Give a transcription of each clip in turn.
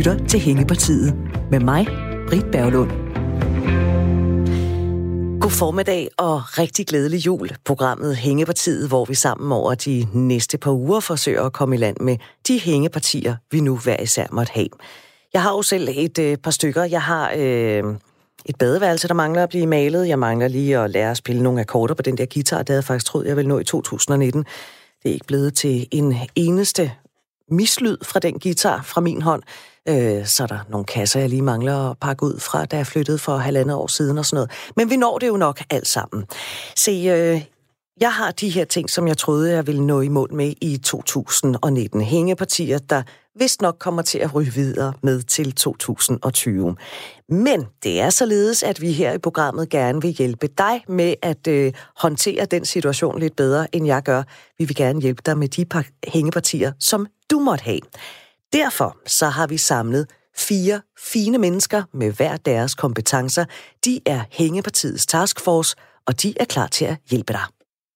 lytter til Hængepartiet med mig, Britt Berglund. God formiddag og rigtig glædelig jul. Programmet Hængepartiet, hvor vi sammen over de næste par uger forsøger at komme i land med de hængepartier, vi nu hver især måtte have. Jeg har jo selv et par stykker. Jeg har et badeværelse, der mangler at blive malet. Jeg mangler lige at lære at spille nogle akkorder på den der guitar. Det havde jeg faktisk troet, jeg ville nå i 2019. Det er ikke blevet til en eneste mislyd fra den guitar fra min hånd. Så er der nogle kasser, jeg lige mangler at pakke ud fra, da jeg flyttede for 1,5 år siden og sådan noget. Men vi når det jo nok alt sammen. Se, jeg har de her ting, som jeg troede, jeg ville nå i mål med i 2019. Hængepartier, der vist nok kommer til at ryge videre med til 2020. Men det er således, at vi her i programmet gerne vil hjælpe dig med at håndtere den situation lidt bedre, end jeg gør. Vi vil gerne hjælpe dig med de par hængepartier, som du måtte have. Derfor så har vi samlet 4 fine mennesker med hver deres kompetencer. De er Hængepartiets taskforce, og de er klar til at hjælpe dig.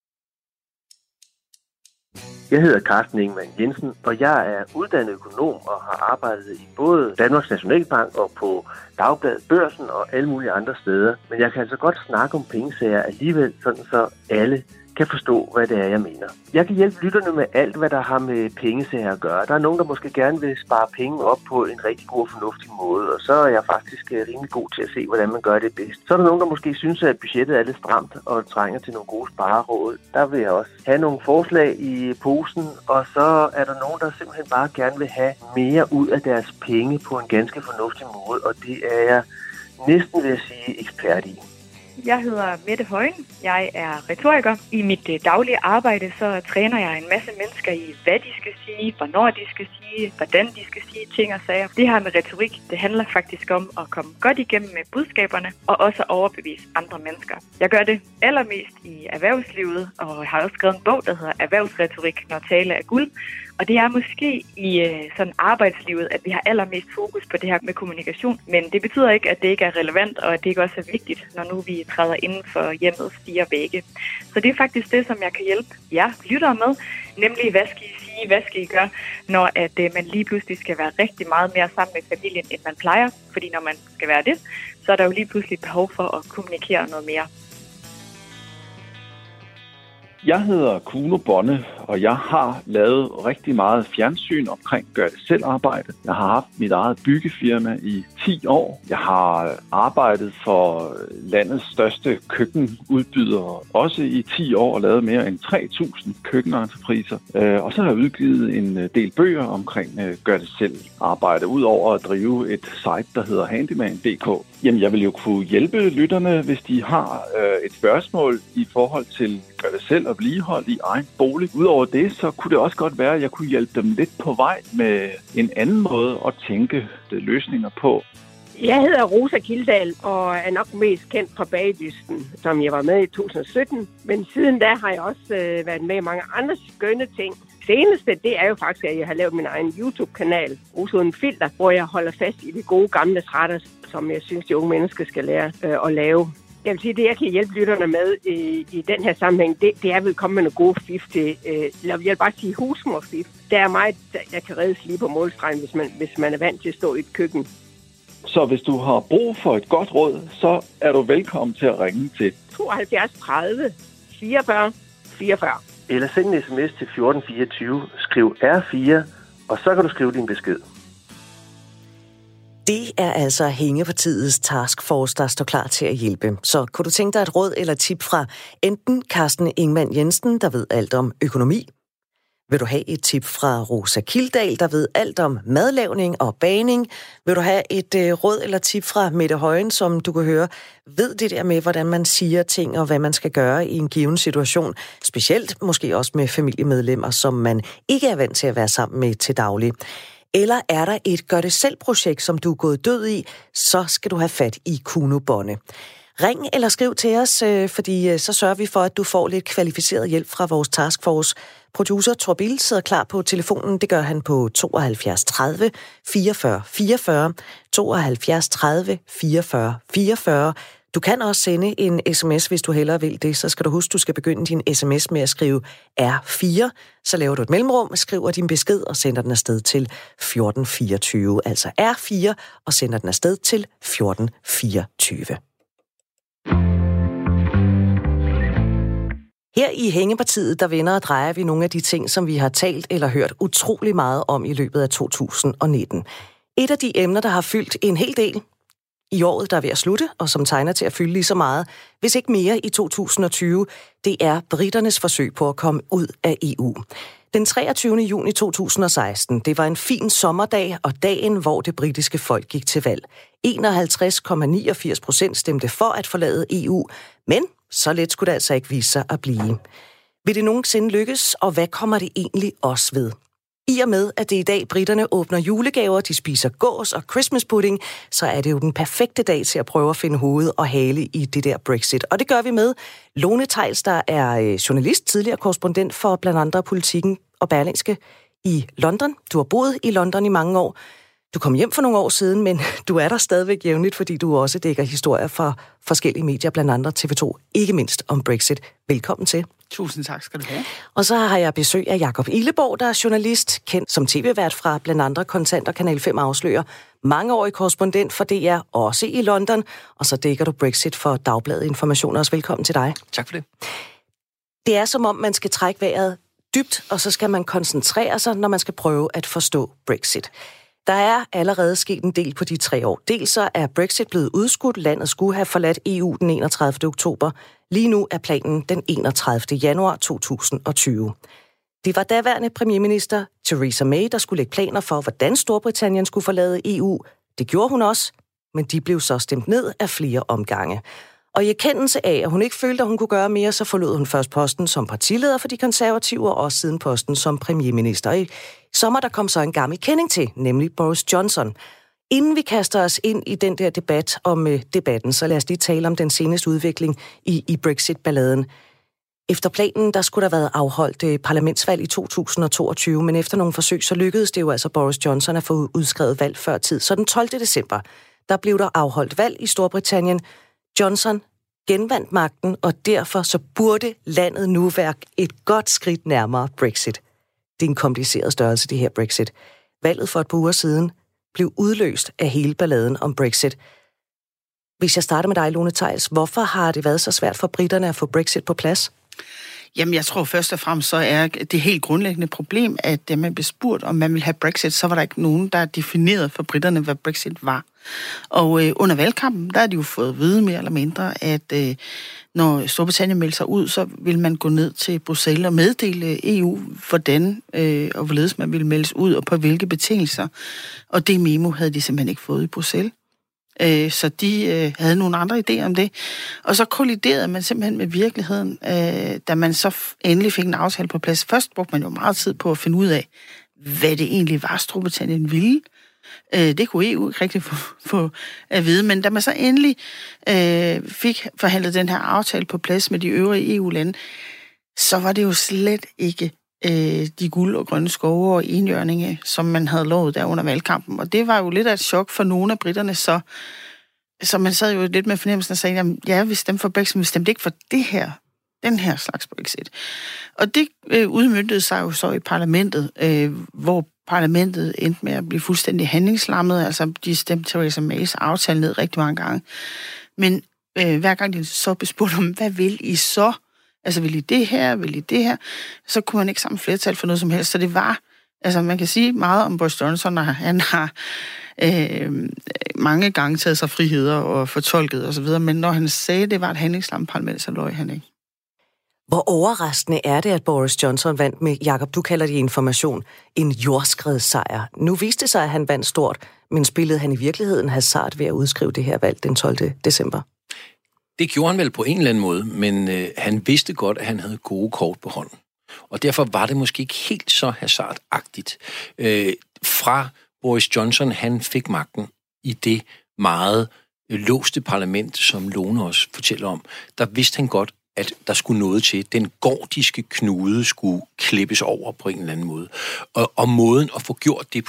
Jeg hedder Carsten Ingemann Jensen, og jeg er uddannet økonom og har arbejdet i både Danmarks Nationalbank og på Dagbladet Børsen og alle mulige andre steder. Men jeg kan altså godt snakke om pengesager alligevel, sådan så alle kan forstå, hvad det er, jeg mener. Jeg kan hjælpe lytterne med alt, hvad der har med pengesager at gøre. Der er nogen, der måske gerne vil spare penge op på en rigtig god og fornuftig måde, og så er jeg faktisk rimelig god til at se, hvordan man gør det bedst. Så er der nogen, der måske synes, at budgettet er lidt stramt og trænger til nogle gode spareråd. Der vil jeg også have nogle forslag i posen, og så er der nogen, der simpelthen bare gerne vil have mere ud af deres penge på en ganske fornuftig måde, og det er jeg næsten, vil jeg sige, ekspert i. Jeg hedder Mette Højen. Jeg er retoriker. I mit daglige arbejde så træner jeg en masse mennesker i, hvad de skal sige, hvornår de skal sige, hvordan de skal sige ting og sager. Det her med retorik, det handler faktisk om at komme godt igennem med budskaberne og også overbevise andre mennesker. Jeg gør det allermest i erhvervslivet og har også skrevet en bog, der hedder Erhvervsretorik, når tale er guld. Og det er måske i sådan arbejdslivet, at vi har allermest fokus på det her med kommunikation. Men det betyder ikke, at det ikke er relevant, og at det ikke også er vigtigt, når nu vi træder inden for hjemmets 4 vægge. Så det er faktisk det, som jeg kan hjælpe jer lyttere med. Nemlig, hvad skal I sige, hvad skal I gøre, når at man lige pludselig skal være rigtig meget mere sammen med familien, end man plejer. Fordi når man skal være det, så er der jo lige pludselig behov for at kommunikere noget mere. Jeg hedder Kuno Bonne, og jeg har lavet rigtig meget fjernsyn omkring gør-det-selv-arbejde. Jeg har haft mit eget byggefirma i 10 år. Jeg har arbejdet for landets største køkkenudbydere, også i 10 år, og lavet mere end 3.000 køkkenentrepriser. Og så har jeg udgivet en del bøger omkring gør-det-selv-arbejde, udover at drive et site, der hedder handyman.dk. Jamen, jeg vil jo kunne hjælpe lytterne, hvis de har et spørgsmål i forhold til gør det selv og vedligehold i egen bolig. Udover det, så kunne det også godt være, at jeg kunne hjælpe dem lidt på vej med en anden måde at tænke løsninger på. Jeg hedder Rosa Kildahl og er nok mest kendt fra Bagedysten, som jeg var med i 2017. Men siden da har jeg også været med i mange andre skønne ting. Seneste, det er jo faktisk, at jeg har lavet min egen YouTube-kanal, Rosa Uden Filter, hvor jeg holder fast i de gode gamle retter, som jeg synes, de unge mennesker skal lære at lave. Jeg vil sige, det jeg kan hjælpe lytterne med i den her sammenhæng, det er at komme med nogle gode fif til, jeg vil bare sige husmorfif. Der er meget, der kan reddes lige på målstregen, hvis man er vant til at stå i et køkken. Så hvis du har brug for et godt råd, så er du velkommen til at ringe til 72 30 44 44. Eller send en sms til 1424, skriv R4, og så kan du skrive din besked. Det er altså Hængepartiets taskforce, der står klar til at hjælpe. Så kunne du tænke dig et råd eller tip fra enten Carsten Ingemann Jensen, der ved alt om økonomi? Vil du have et tip fra Rosa Kildahl, der ved alt om madlavning og bagning? Vil du have et råd eller tip fra Mette Højen, som du kan høre, ved det der med, hvordan man siger ting og hvad man skal gøre i en given situation? Specielt måske også med familiemedlemmer, som man ikke er vant til at være sammen med til daglig. Eller er der et gør-det-selv-projekt, som du er gået død i, så skal du have fat i Kuno Bonne. Ring eller skriv til os, fordi så sørger vi for, at du får lidt kvalificeret hjælp fra vores taskforce. Producer Torbild sidder klar på telefonen. Det gør han på 72 30 44 44, 72 30 44 44. Du kan også sende en sms, hvis du hellere vil det. Så skal du huske, du skal begynde din sms med at skrive R4. Så laver du et mellemrum, skriver din besked og sender den afsted til 1424. Altså R4 og sender den afsted til 1424. Her i Hængepartiet, der vender og drejer vi nogle af de ting, som vi har talt eller hørt utrolig meget om i løbet af 2019. Et af de emner, der har fyldt en hel del i året, der er ved at slutte, og som tegner til at fylde lige så meget, hvis ikke mere i 2020, det er briternes forsøg på at komme ud af EU. Den 23. juni 2016, det var en fin sommerdag og dagen, hvor det britiske folk gik til valg. 51,89% stemte for at forlade EU, men så let skulle det altså ikke vise sig at blive. Vil det nogensinde lykkes, og hvad kommer det egentlig også ved? I og med, at det i dag briterne åbner julegaver, de spiser gås og Christmas pudding, så er det jo den perfekte dag til at prøve at finde hoved og hale i det der Brexit. Og det gør vi med Lone Theils, der er journalist, tidligere korrespondent for blandt andre Politiken og Berlingske i London. Du har boet i London i mange år. Du kom hjem for nogle år siden, men du er der stadigvæk jævnligt, fordi du også dækker historier for forskellige medier, blandt andre TV2, ikke mindst om Brexit. Velkommen til. Tusind tak skal du have. Og så har jeg besøg af Jakob Illeborg, der er journalist, kendt som tv-vært fra blandt andre Kontant og Kanal 5 afslører. Mangeårig korrespondent for DR, også i London, og så dækker du Brexit for Dagbladet Information. Også velkommen til dig. Tak for det. Det er som om, man skal trække vejret dybt, og så skal man koncentrere sig, når man skal prøve at forstå Brexit. Der er allerede sket en del på de 3 år. Dels så er Brexit blevet udskudt. Landet skulle have forladt EU den 31. oktober. Lige nu er planen den 31. januar 2020. Det var daværende premierminister Theresa May, der skulle lægge planer for, hvordan Storbritannien skulle forlade EU. Det gjorde hun også, men de blev så stemt ned af flere omgange. Og i erkendelse af, at hun ikke følte, at hun kunne gøre mere, så forlod hun først posten som partileder for de konservative, og også siden posten som premierminister. I sommer der kom så en gammel kending til, nemlig Boris Johnson. Inden vi kaster os ind i den der debat om debatten, så lad os lige tale om den seneste udvikling i Brexit-balladen. Efter planen, der skulle der have været afholdt parlamentsvalg i 2022, men efter nogle forsøg, så lykkedes det jo altså Boris Johnson at få udskrevet valg før tid. Så den 12. december, der blev der afholdt valg i Storbritannien. Johnson genvandt magten, og derfor så burde landet nu være et godt skridt nærmere Brexit. Det er en kompliceret størrelse, det her Brexit. Valget for et par uger siden blev udløst af hele balladen om Brexit. Hvis jeg starter med dig, Lone Theils, hvorfor har det været så svært for briterne at få Brexit på plads? Jamen, jeg tror først og fremmest, så er det helt grundlæggende problem, at da man blev spurgt, om man ville have Brexit, så var der ikke nogen, der definerede for briterne, hvad Brexit var. Og under valgkampen, der har de jo fået at vide mere eller mindre, at når Storbritannien melder sig ud, så vil man gå ned til Bruxelles og meddele EU, hvordan og hvorledes man ville meldes ud, og på hvilke betingelser. Og det memo havde de simpelthen ikke fået i Bruxelles. Så de havde nogle andre idéer om det. Og så kolliderede man simpelthen med virkeligheden, da man så endelig fik en aftale på plads. Først brugte man jo meget tid på at finde ud af, hvad det egentlig var, Storbritannien ville. Det kunne EU ikke rigtig få at vide, men da man så endelig fik forhandlet den her aftale på plads med de øvrige EU-lande, så var det jo slet ikke de guld og grønne skove og enhjørninge, som man havde lovet der under valgkampen. Og det var jo lidt af et chok for nogle af britterne, så man sad jo lidt med fornemmelsen og sagde, jamen, ja, vi stemte for Brexit, men vi stemte ikke for den her slags Brexit. Og det udmøntede sig jo så i parlamentet, hvor parlamentet endte med at blive fuldstændig handlingslammet. Altså, de stemte Theresa Mays aftale ned rigtig mange gange. Men hver gang de så blev spurgt om, hvad vil I så? Altså, vil I det her? Vil I det her? Så kunne man ikke samle flertal for noget som helst. Så det var, altså man kan sige meget om Boris Johnson, og han har mange gange taget sig friheder og fortolket osv., men når han sagde, det var et handlingslammet parlament, så løj han ikke. Hvor overraskende er det, at Boris Johnson vandt med, Jakob, du kalder det Information, en jordskredssejr. Nu viste det sig, at han vandt stort, men spillede han i virkeligheden hasard ved at udskrive det her valg den 12. december? Det gjorde han vel på en eller anden måde, men han vidste godt, at han havde gode kort på hånden. Og derfor var det måske ikke helt så hasardagtigt. Fra Boris Johnson, han fik magten i det meget låste parlament, som Lone også fortæller om, der vidste han godt, at der skulle noget til. Den gordiske knude skulle klippes over på en eller anden måde. Og måden at få gjort det på,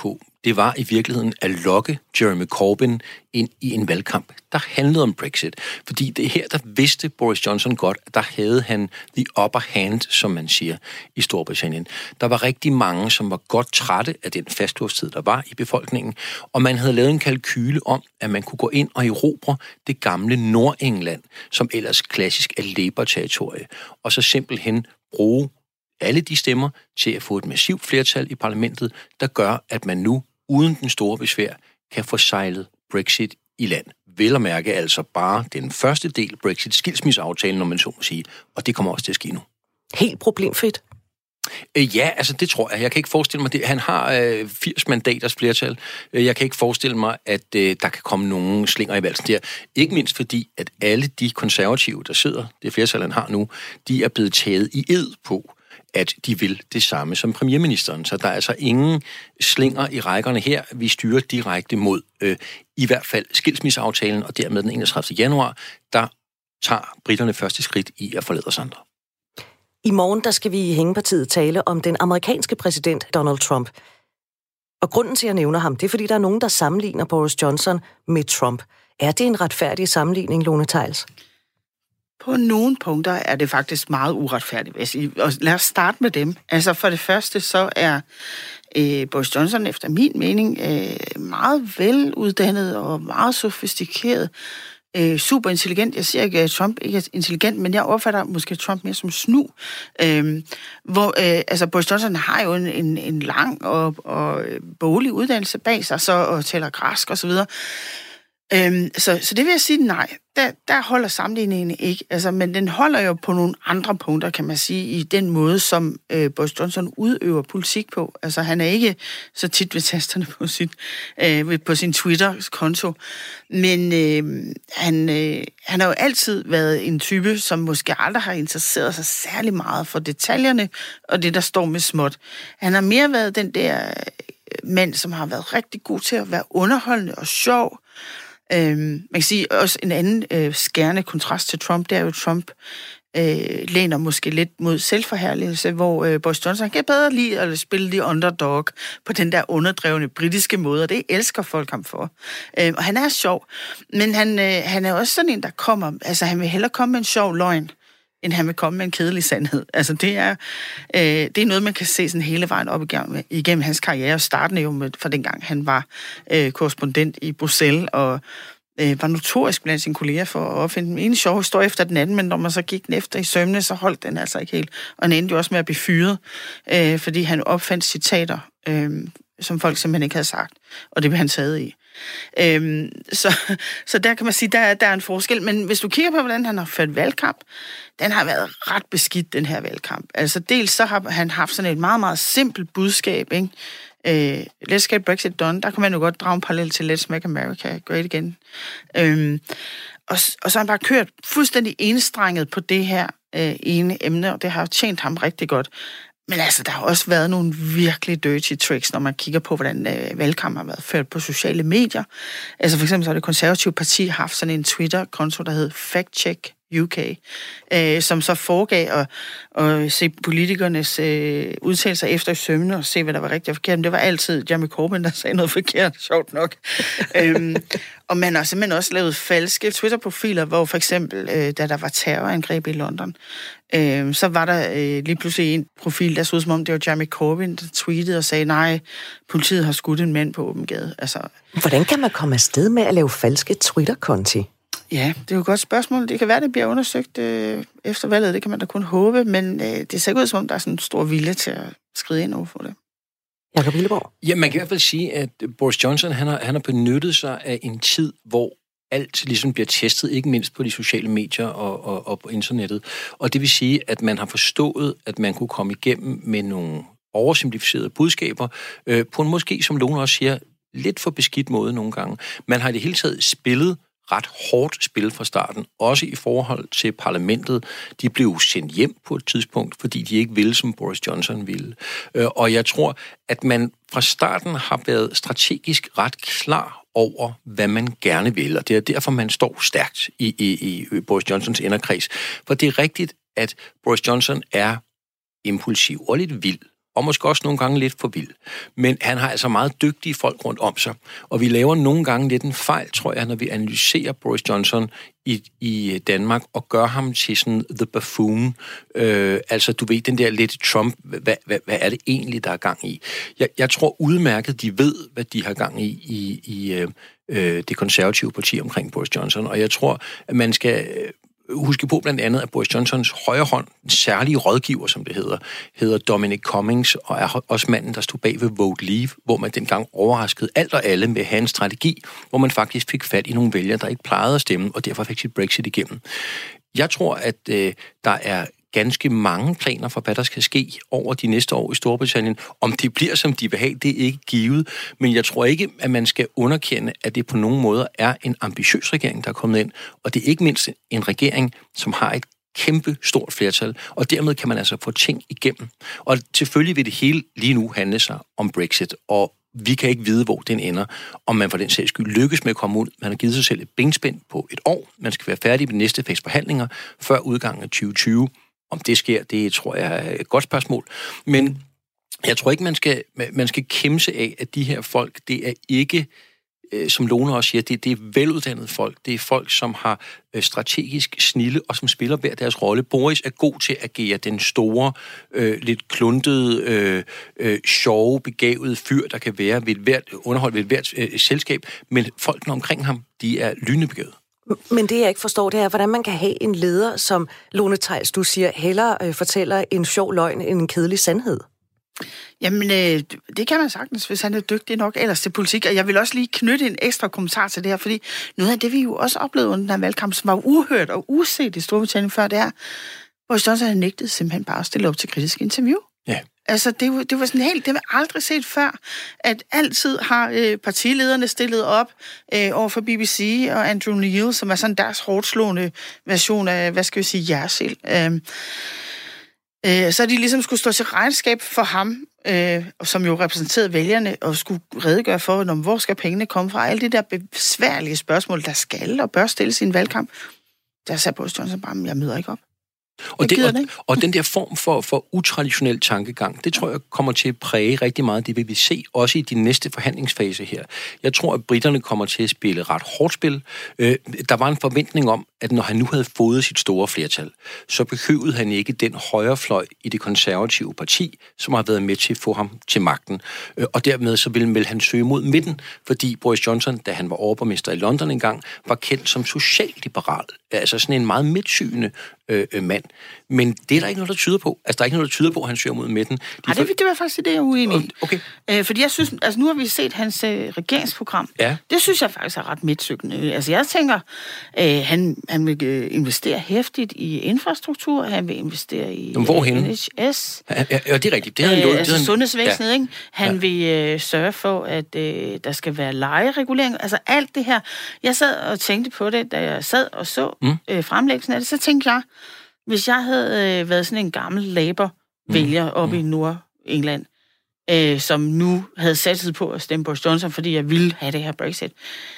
det var i virkeligheden at lokke Jeremy Corbyn ind i en valgkamp, der handlede om Brexit. Fordi det her, der vidste Boris Johnson godt, at der havde han the upper hand, som man siger i Storbritannien. Der var rigtig mange, som var godt trætte af den fastlåsthed, der var i befolkningen, og man havde lavet en kalkyle om, at man kunne gå ind og erobre det gamle Nordengland, som ellers klassisk er Labour-territorie, og så simpelthen bruge alle de stemmer til at få et massivt flertal i parlamentet, der gør, at man nu, uden den store besvær, kan få sejlet Brexit i land. Vel at mærke altså bare den første del Brexit-skilsmisseaftalen, når man så må sige, og det kommer også til at ske nu. Helt problemfrit? Ja, altså det tror jeg. Jeg kan ikke forestille mig det. Han har 80 mandaters flertal. Jeg kan ikke forestille mig, at der kan komme nogen slinger i valsen der. Ikke mindst fordi, at alle de konservative, der sidder, det flertal han har nu, de er blevet taget i ed på, at de vil det samme som premierministeren. Så der er altså ingen slinger i rækkerne her. Vi styrer direkte mod i hvert fald skilsmisseaftalen, og dermed den 31. januar, der tager britterne første skridt i at forlade os andre. I morgen der skal vi i Hængepartiet tale om den amerikanske præsident Donald Trump. Og grunden til, at jeg nævner ham, det er, fordi der er nogen, der sammenligner Boris Johnson med Trump. Er det en retfærdig sammenligning, Lone Theils? På nogle punkter er det faktisk meget uretfærdigt, vil jeg sige. Og lad os starte med dem. Altså for det første, så er Boris Johnson efter min mening meget veluddannet og meget sofistikeret. Super intelligent. Jeg siger ikke, at Trump ikke er intelligent, men jeg opfatter måske Trump mere som snu. Boris Johnson har jo en lang og boglig uddannelse bag sig, og taler græsk og så videre. Så det vil jeg sige nej. Der holder sammenligningen ikke. Altså, men den holder jo på nogle andre punkter, kan man sige, i den måde, som Boris Johnson udøver politik på. Altså, han er ikke så tit ved tasterne på sin Twitter-konto. Men han har jo altid været en type, som måske aldrig har interesseret sig særlig meget for detaljerne og det, der står med småt. Han har mere været den der mand, som har været rigtig god til at være underholdende og sjov. Man kan sige også en anden skærende kontrast til Trump, det er jo, at Trump læner måske lidt mod selvforherligelse, hvor Boris Johnson kan bedre lide at spille the underdog på den der underdrevne britiske måde, og det elsker folk ham for. Og han er sjov, men han er også sådan en, der kommer, altså han vil hellere komme med en sjov løgn, end han vil komme med en kedelig sandhed. Altså det er noget, man kan se sådan hele vejen op igennem hans karriere, startende jo fra dengang han var korrespondent i Bruxelles, og var notorisk blandt sine kolleger for at opfinde den ene sjove historie efter den anden, men når man så gik den efter i sømne, så holdt den altså ikke helt. Og han endte jo også med at blive fyret, fordi han opfandt citater, som folk simpelthen ikke havde sagt, og det blev han taget i. Så der kan man sige, der er en forskel. Men hvis du kigger på, hvordan han har ført valgkamp, den har været ret beskidt, den her valgkamp. Altså dels så har han haft sådan et meget, meget simpelt budskab, ikke? Let's get Brexit done. Der kan man jo godt drage en parallel til Let's make America great again. Og så har han bare kørt fuldstændig enstrenget på det her ene emne, og det har tjent ham rigtig godt. Men altså, der har også været nogle virkelig dirty tricks, når man kigger på, hvordan valgkampen har været ført på sociale medier. Altså for eksempel så har det konservative parti haft sådan en Twitter-konto, der hed Fact Check UK, som så foregav at se politikernes udtalelser efter i sømne og se, hvad der var rigtigt og forkert. Men det var altid Jeremy Corbyn, der sagde noget forkert, sjovt nok. Og man har simpelthen også lavet falske Twitter-profiler, hvor for eksempel, da der var terrorangreb i London, så var der lige pludselig en profil, der så ud som om, det var Jeremy Corbyn, der tweetede og sagde, nej, politiet har skudt en mand på åben gade. Altså, hvordan kan man komme afsted med at lave falske Twitter-konti? Ja, det er jo et godt spørgsmål. Det kan være, det bliver undersøgt efter valget. Det kan man da kun håbe, men det ser ikke ud som om, der er sådan en stor vilje til at skride ind over for det. Jakob Hilleborg? Ja, man kan i hvert fald sige, at Boris Johnson han har benyttet sig af en tid, hvor alt ligesom bliver testet, ikke mindst på de sociale medier og på internettet. Og det vil sige, at man har forstået, at man kunne komme igennem med nogle oversimplificerede budskaber på en måske, som Lone også siger, lidt for beskidt måde nogle gange. Man har i det hele taget spillet ret hårdt spil fra starten, også i forhold til parlamentet. De blev sendt hjem på et tidspunkt, fordi de ikke ville, som Boris Johnson ville. Og jeg tror, at man fra starten har været strategisk ret klar over, hvad man gerne vil, og det er derfor, man står stærkt i Boris Johnsons inderkreds. For det er rigtigt, at Boris Johnson er impulsiv og lidt vild, og måske også nogle gange lidt for vild. Men han har altså meget dygtige folk rundt om sig, og vi laver nogle gange lidt en fejl, tror jeg, når vi analyserer Boris Johnson i Danmark, og gør ham til sådan the buffoon. Altså, du ved, den der lidt Trump, hvad er det egentlig, der er gang i? Jeg tror udmærket, de ved, hvad de har gang i det konservative parti omkring Boris Johnson, og jeg tror, at man skal huske på blandt andet, at Boris Johnsons højre hånd, den særlige rådgiver, som det hedder Dominic Cummings, og er også manden, der stod bag ved Vote Leave, hvor man dengang overraskede alt og alle med hans strategi, hvor man faktisk fik fat i nogle vælgere, der ikke plejede at stemme, og derfor fik sit Brexit igennem. Jeg tror, at der er ganske mange planer for, hvad der skal ske over de næste år i Storbritannien. Om det bliver, som de vil have, det er ikke givet. Men jeg tror ikke, at man skal underkende, at det på nogle måder er en ambitiøs regering, der er kommet ind. Og det er ikke mindst en regering, som har et kæmpe stort flertal. Og dermed kan man altså få ting igennem. Og selvfølgelig vil det hele lige nu handle sig om Brexit. Og vi kan ikke vide, hvor den ender, om man for den sags skyld lykkes med at komme ud. Man har givet sig selv et benspænd på et år. Man skal være færdig med næste fase forhandlinger før udgangen af 2020. Om det sker, det tror jeg er et godt spørgsmål. Men jeg tror ikke, man skal kæmpe af, at de her folk, det er ikke, som Lone også siger, det er veluddannede folk. Det er folk, som har strategisk snilde, og som spiller hver deres rolle. Boris er god til at agere den store, lidt kluntede, sjove, begavede fyr, der kan være ved et hvert underhold, ved et hvert selskab. Men folkene omkring ham, de er lynebegavede. Men det, jeg ikke forstår, det er, hvordan man kan have en leder, som Lone Theils, du siger, hellere fortæller en sjov løgn end en kedelig sandhed. Jamen, det kan man sagtens, hvis han er dygtig nok ellers til politik. Og jeg vil også lige knytte en ekstra kommentar til det her, fordi noget af det, vi jo også oplevede under den her valgkamp, som var uhørt og uset i Storbritannien før, det er, Boris Johnson havde nægtet simpelthen bare at stille op til kritisk interview. Ja. Altså, det var sådan helt, det var aldrig set før, at altid har partilederne stillet op over for BBC og Andrew Neil, som er sådan deres hårdslående version af, hvad skal vi sige, jersild. Så de ligesom skulle stå til regnskab for ham, som jo repræsenterede vælgerne, og skulle redegøre for, hvor skal pengene komme fra. Alle de der besværlige spørgsmål, der skal og bør stilles i en valgkamp, der sagde Boris Johnson bare, jeg møder ikke op. Og den der form for utraditionel tankegang, det tror jeg kommer til at præge rigtig meget. Det vil vi se også i de næste forhandlingsfase her. Jeg tror, at britterne kommer til at spille ret hårdt spil. Der var en forventning om, at når han nu havde fået sit store flertal, så behøvede han ikke den højrefløj i det konservative parti, som har været med til at få ham til magten. Og dermed så ville han søge mod midten, fordi Boris Johnson, da han var overborgmester i London engang, var kendt som socialliberal. Altså sådan en meget midtsyende mand. Men det er der ikke noget, der tyder på. Altså, der er ikke noget, der tyder på, at han søger mod midten. Det var faktisk det, jeg er uenig i. Okay. Fordi jeg synes, altså nu har vi set hans regeringsprogram. Ja. Det synes jeg faktisk er ret midtsykkende. Altså, jeg tænker, han vil investere hæftigt i infrastruktur, han vil investere i NHS. Ja, det er rigtigt. Det altså sundhedsvæsenet, ikke? Han vil sørge for, at der skal være lejeregulering. Altså, alt det her. Jeg sad og tænkte på det, da jeg sad og så fremlæggelsen af det, så tænkte jeg, hvis jeg havde været sådan en gammel Labour-vælger oppe i Nordengland, som nu havde satset på at stemme Boris Johnson, fordi jeg ville have det her Brexit,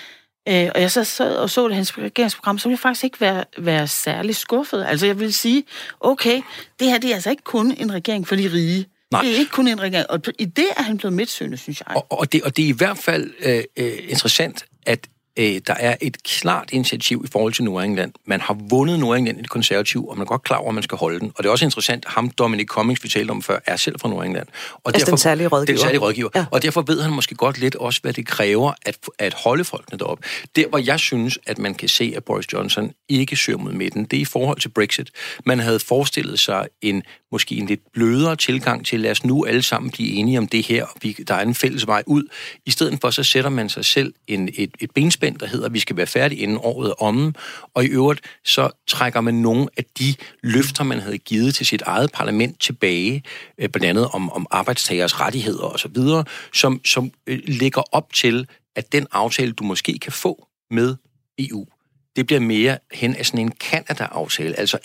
og jeg så sad og så det hans regeringsprogram, så ville jeg faktisk ikke være særlig skuffet. Altså jeg ville sige, okay, det her det er altså ikke kun en regering for de rige. Nej. Det er ikke kun en regering, og i det er han blevet midtsøgende, synes jeg. Og det er i hvert fald interessant, at der er et klart initiativ i forhold til Nordengland. Man har vundet Nordengland i det konservative, og man er godt klar over, at man skal holde den. Og det er også interessant, ham Dominic Cummings, vi talte om før, er selv fra Nordengland. Og altså den særlige rådgiver. Ja. Og derfor ved han måske godt lidt også, hvad det kræver at holde folkene deroppe. Der, hvor jeg synes, at man kan se, at Boris Johnson ikke søger mod midten, det er i forhold til Brexit. Man havde forestillet sig måske en lidt blødere tilgang til, lad os nu alle sammen blive enige om det her, der er en fælles vej ud. I stedet for, så sætter man sig selv et benspænd, der hedder, at vi skal være færdige inden året er omme, og i øvrigt, så trækker man nogle af de løfter, man havde givet til sit eget parlament tilbage, blandt andet om arbejdstagers rettigheder og så videre, som lægger op til, at den aftale, du måske kan få med EU, det bliver mere hen af sådan en Canada-aftale, altså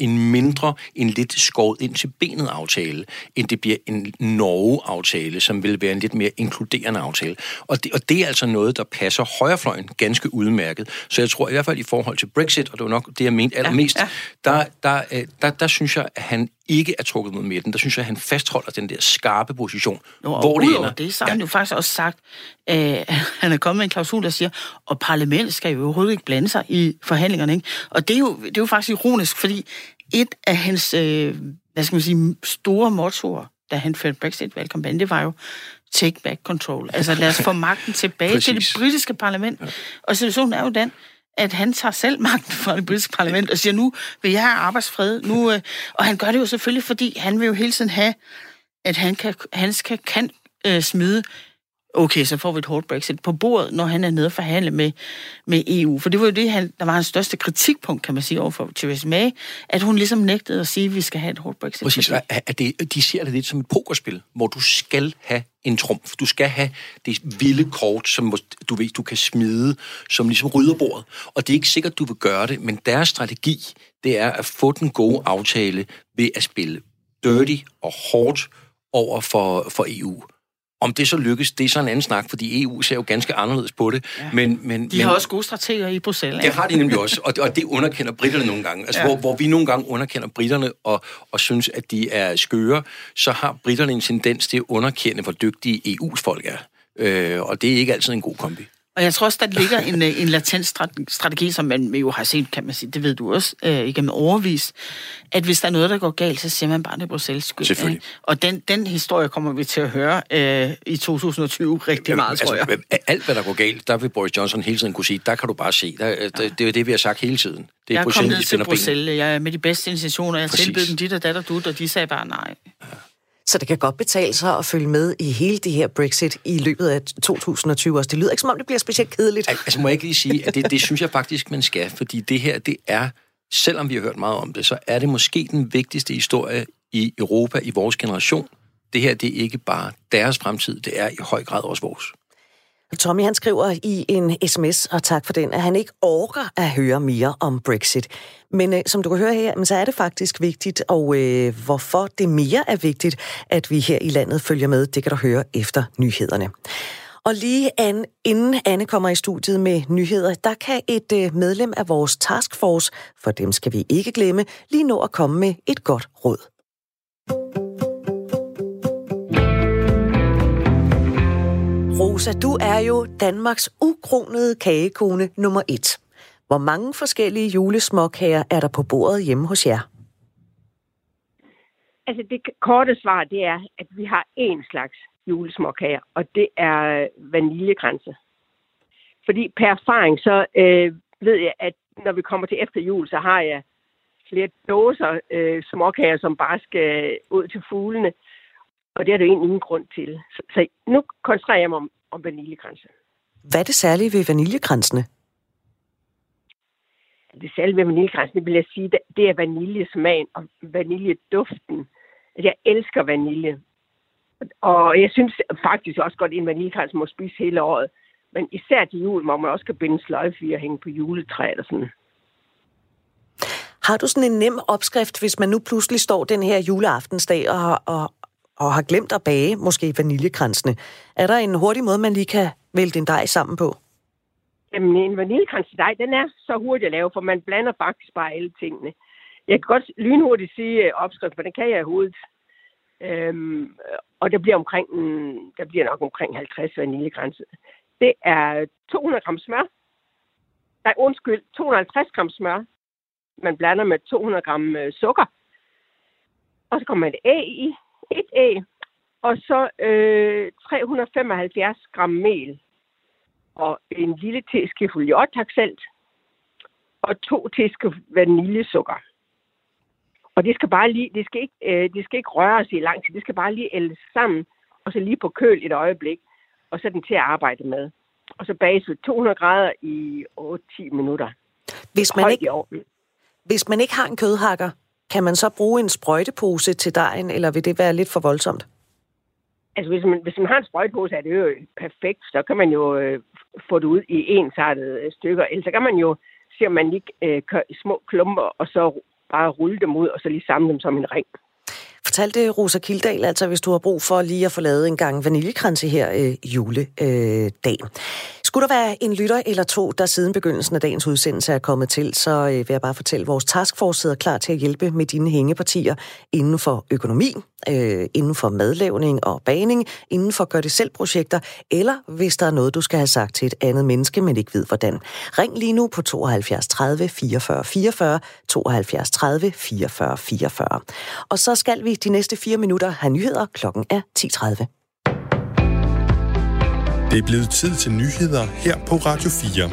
en lidt skåret ind til benet aftale, end det bliver en Norge-aftale, som vil være en lidt mere inkluderende aftale. Og det er altså noget, der passer højrefløjen ganske udmærket. Så jeg tror i hvert fald i forhold til Brexit, og det var nok det, jeg mente allermest, der synes jeg, at han ikke er trukket mod midten. Der synes jeg, at han fastholder den der skarpe position. Hvor det ender. Det så har han jo faktisk også sagt, han er kommet med en klausul, der siger, og parlamentet skal jo overhovedet ikke blande sig i forhandlingerne. Ikke? Og det er jo faktisk ironisk, fordi et af hans store mottoer, da han førte Brexit-valgkampagne, det var jo take back control. Altså lad os få magten tilbage til det britiske parlament. Ja. Og situationen er jo den, at han tager selv magten fra det britiske parlament og siger, nu vil jeg have arbejdsfred. Og han gør det jo selvfølgelig, fordi han vil jo hele tiden have, at han kan smide, okay, så får vi et hårdt Brexit på bordet, når han er nede og forhandle med EU. For det var jo det, der var hans største kritikpunkt, kan man sige, overfor Theresa May, at hun ligesom nægtede at sige, at vi skal have et hårdt Brexit. Præcis, de ser det lidt som et pokerspil, hvor du skal have en trumf. Du skal have det vilde kort, som du ved, du kan smide, som ligesom rydder bordet. Og det er ikke sikkert, du vil gøre det, men deres strategi, det er at få den gode aftale ved at spille dirty og hårdt over for EU. Om det så lykkes, det er så en anden snak, fordi EU ser jo ganske anderledes på det. Ja. Men de har også gode strateger i Bruxelles. Det har de nemlig også, og det underkender britterne nogle gange. Altså, hvor vi nogle gange underkender britterne og synes, at de er skøre, så har britterne en tendens til at underkende, hvor dygtige EU's folk er. Og det er ikke altid en god kombi. Og jeg tror også, der ligger en latent strategi, som man jo har set, kan man sige, det ved du også, igennem overvis, at hvis der er noget, der går galt, så siger man bare, det er Bruxelles skyld. Selvfølgelig. Og den historie kommer vi til at høre i 2020 rigtig meget, tror jeg. Alt, hvad der går galt, der vil Boris Johnson hele tiden kunne sige, der kan du bare se. Det er jo det, vi har sagt hele tiden. Det er jeg kom ned til Bruxelles, jeg er med de bedste intentioner, jeg tilbød dem dit og dat og dut, og de sagde bare nej. Ja. Så det kan godt betale sig at følge med i hele det her Brexit i løbet af 2020 også. Det lyder ikke som om, det bliver specielt kedeligt. Altså må jeg ikke lige sige, at det synes jeg faktisk, man skal, fordi det her, det er, selvom vi har hørt meget om det, så er det måske den vigtigste historie i Europa i vores generation. Det her, det er ikke bare deres fremtid, det er i høj grad også vores. Tommy, han skriver i en sms, og tak for den, at han ikke orker at høre mere om Brexit. Men som du kan høre her, så er det faktisk vigtigt, og hvorfor det mere er vigtigt, at vi her i landet følger med, det kan du høre efter nyhederne. Og lige inden Anne kommer i studiet med nyheder, der kan et medlem af vores taskforce, for dem skal vi ikke glemme, lige nå at komme med et godt råd. Rosa, du er jo Danmarks ukronede kagekone nummer 1. Hvor mange forskellige julesmåkager er der på bordet hjemme hos jer? Altså det korte svar, det er, at vi har én slags julesmåkager, og det er vaniljekranse. Fordi per erfaring, så ved jeg, at når vi kommer til efter jul, så har jeg flere dåser småkager, som bare skal ud til fuglene. Og det er der egentlig ingen grund til. Så nu koncentrerer jeg mig om vaniljekranse. Hvad er det særlige ved vaniljekransene? Det særlige ved vaniljekransene, vil jeg sige, det er vaniljesmagen og vaniljeduften. Jeg elsker vanilje. Og jeg synes faktisk også godt, at en vaniljekrans må spise hele året. Men især til jul, hvor man også kan binde sløjfe og hænge på juletræet og sådan. Har du sådan en nem opskrift, hvis man nu pludselig står den her juleaftensdag og har glemt at bage måske vaniljekransene? Er der en hurtig måde, man lige kan vælte en dej sammen på? Jamen, en vaniljekransdej, den er så hurtigt at lave, for man blander faktisk bare alle tingene. Jeg kan godt lynhurtigt sige opskrift, for den kan jeg i hovedet. Og der bliver nok omkring 50 vaniljekranse. Det er 200 gram smør. 250 gram smør. Man blander med 200 gram sukker. Og så kommer man et æg i. Et æg. Og så 375 gram mel. Og en lille teskefuld jordtaksalt. Og 2 teskefulde vaniljesukker. Og det skal bare lige, det skal ikke røres i lang tid. Det skal bare lige ældes sammen, og så lige på køl et øjeblik, og så er den til at arbejde med. Og så bages ved 200 grader i 8-10 minutter. Hvis man ikke har en kødhakker, kan man så bruge en sprøjtepose til dejen, eller vil det være lidt for voldsomt? Altså, hvis man har en sprøjtepose, er det jo perfekt. Så kan man jo få det ud i ensartede stykker. Ellers så kan man jo se, om man lige kører i små klumper, og så bare rulle dem ud, og så lige samle dem som en ring. Fortalte Rosa Kildahl, altså hvis du har brug for lige at få lavet en gang vaniljekranse her juledag. Skulle der være en lytter eller to, der siden begyndelsen af dagens udsendelse er kommet til, så vil jeg bare fortælle, at vores taskforce sidder klar til at hjælpe med dine hængepartier inden for økonomi, inden for madlavning og bagning, inden for gør-det-selv-projekter, eller hvis der er noget, du skal have sagt til et andet menneske, men ikke ved hvordan. Ring lige nu på 72 30 44 44, 72 30 44 44. Og så skal vi de næste 4 minutter have nyheder. Klokken er 10:30. Det er blevet tid til nyheder her på Radio 4.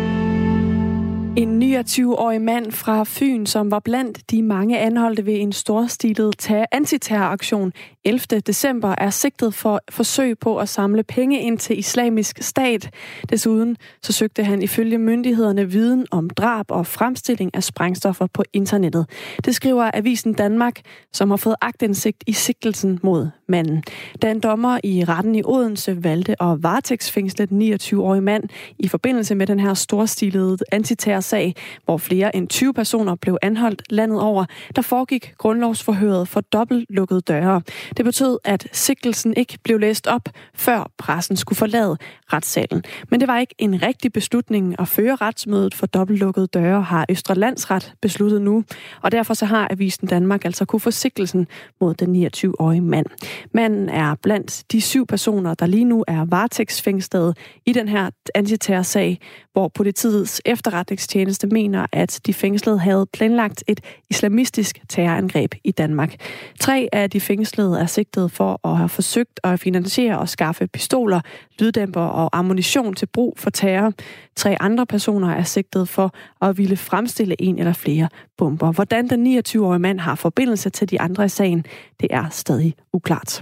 En 29-årig mand fra Fyn, som var blandt de mange anholdte ved en storstilet antiterroraktion 11. december, er sigtet for forsøg på at samle penge ind til Islamisk Stat. Desuden så søgte han ifølge myndighederne viden om drab og fremstilling af sprængstoffer på internettet. Det skriver Avisen Danmark, som har fået aktindsigt i sigtelsen mod manden. Da en dommer i retten i Odense valgte at varetægtsfængsle den 29-årige mand i forbindelse med den her storstilede antiterrorsag, hvor flere end 20 personer blev anholdt landet over, der foregik grundlovsforhøret for dobbeltlukkede døre. Det betød, at sigtelsen ikke blev læst op, før pressen skulle forlade retssalen. Men det var ikke en rigtig beslutning at føre retsmødet for dobbeltlukkede døre, har Østre Landsret besluttet nu, og derfor så har Avisen Danmark altså kunne få sigtelsen mod den 29-årige mand. Manden er blandt de 7 personer, der lige nu er varetægtsfængslet i den her antiterrorsag, hvor politiets efterretningstjeneste mener, at de fængslede havde planlagt et islamistisk terrorangreb i Danmark. 3 af de fængslede er sigtet for at have forsøgt at finansiere og skaffe pistoler, lyddæmper og ammunition til brug for terror. 3 andre personer er sigtet for at ville fremstille en eller flere bomber. Hvordan den 29-årige mand har forbindelse til de andre i sagen, det er stadig uklart.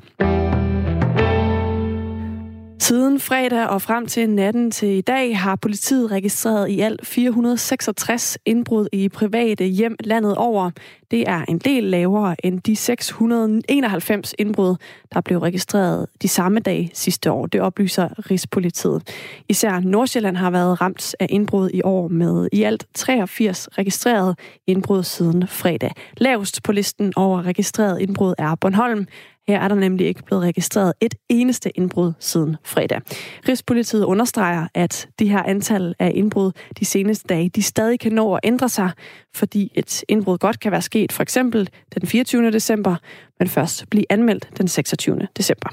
Siden fredag og frem til natten til i dag har politiet registreret i alt 466 indbrud i private hjem landet over. Det er en del lavere end de 691 indbrud, der blev registreret de samme dag sidste år. Det oplyser Rigspolitiet. Især Nordsjælland har været ramt af indbrud i år med i alt 83 registrerede indbrud siden fredag. Lavest på listen over registreret indbrud er Bornholm. Her er der nemlig ikke blevet registreret et eneste indbrud siden fredag. Rigspolitiet understreger, at de her antal af indbrud de seneste dage, de stadig kan nå at ændre sig, fordi et indbrud godt kan være sket for eksempel den 24. december, men først blive anmeldt den 26. december.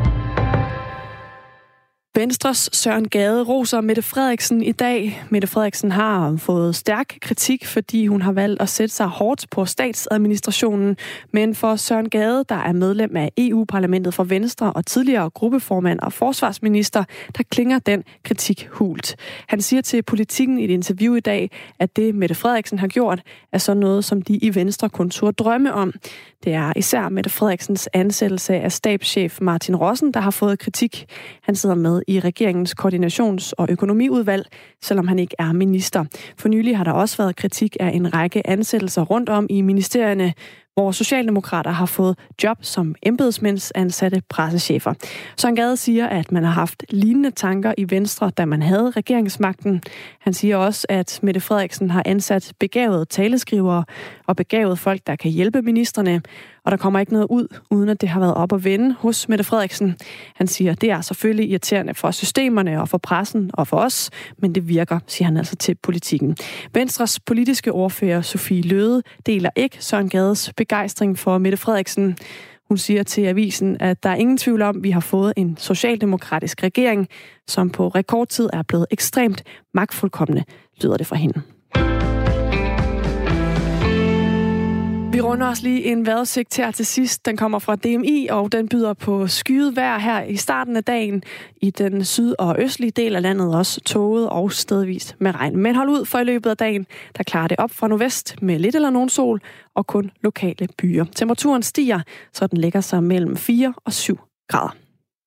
Venstres Søren Gade roser Mette Frederiksen i dag. Mette Frederiksen har fået stærk kritik, fordi hun har valgt at sætte sig hårdt på statsadministrationen. Men for Søren Gade, der er medlem af EU-parlamentet for Venstre og tidligere gruppeformand og forsvarsminister, der klinger den kritik hult. Han siger til Politikken i et interview i dag, at det Mette Frederiksen har gjort, er sådan noget, som de i Venstre kun turde drømme om. Det er især Mette Frederiksens ansættelse af stabschef Martin Rossen, der har fået kritik. Han sidder med i regeringens koordinations- og økonomiudvalg, selvom han ikke er minister. For nylig har der også været kritik af en række ansættelser rundt om i ministerierne, hvor socialdemokrater har fået job som embedsmændsansatte pressechefer. Søren Gade siger, at man har haft lignende tanker i Venstre, da man havde regeringsmagten. Han siger også, at Mette Frederiksen har ansat begavede taleskrivere og begavede folk, der kan hjælpe ministerne. Og der kommer ikke noget ud, uden at det har været op at vende hos Mette Frederiksen. Han siger, at det er selvfølgelig irriterende for systemerne og for pressen og for os, men det virker, siger han altså til Politikken. Venstres politiske ordfører Sofie Løhde deler ikke Søren Gades begejstring for Mette Frederiksen. Hun siger til avisen, at der er ingen tvivl om, at vi har fået en socialdemokratisk regering, som på rekordtid er blevet ekstremt magtfuldkomne, lyder det fra hende. Vi runder os lige en vejrudsigt her til sidst. Den kommer fra DMI, og den byder på skyet vejr her i starten af dagen. I den syd- og østlige del af landet også tåget og stedvist med regn. Men hold ud, for i løbet af dagen, der klarer det op fra nordvest med lidt eller nogen sol og kun lokale byer. Temperaturen stiger, så den lægger sig mellem 4 og 7 grader.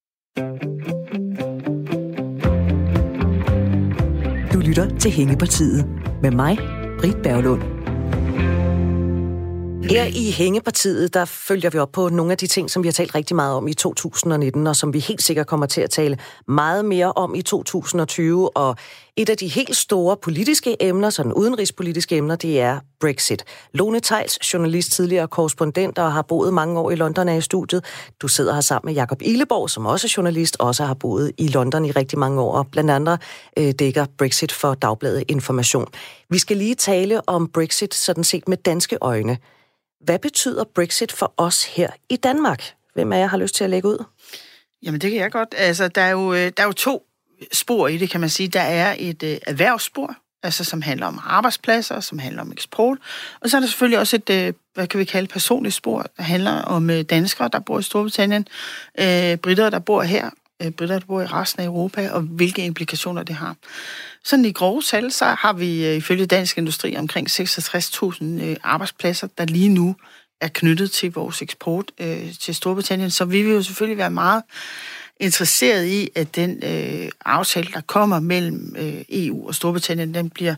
Du lytter til Hængepartiet med mig, Britt Berglund. Her i Hængepartiet, der følger vi op på nogle af de ting, som vi har talt rigtig meget om i 2019, og som vi helt sikkert kommer til at tale meget mere om i 2020. Og et af de helt store politiske emner, sådan udenrigspolitiske emner, det er Brexit. Lone Theils, journalist, tidligere korrespondent og har boet mange år i London, er i studiet. Du sidder her sammen med Jakob Ihleborg, som også er journalist, også har boet i London i rigtig mange år, og blandt andet dækker Brexit for Dagbladet Information. Vi skal lige tale om Brexit sådan set med danske øjne. Hvad betyder Brexit for os her i Danmark? Hvem af jer har lyst til at lægge ud? Jamen, det kan jeg godt. Altså, der er jo to spor i det, kan man sige. Der er et erhvervsspor, altså, som handler om arbejdspladser, som handler om eksport. Og så er der selvfølgelig også et, hvad kan vi kalde, personligt spor, der handler om danskere, der bor i Storbritannien, britter, der bor her, britter, der bor i resten af Europa, og hvilke implikationer det har. Sådan i grove tal, så har vi ifølge Dansk Industri omkring 66.000 arbejdspladser, der lige nu er knyttet til vores eksport til Storbritannien. Så vi vil jo selvfølgelig være meget interesseret i, at den aftale, der kommer mellem EU og Storbritannien, den bliver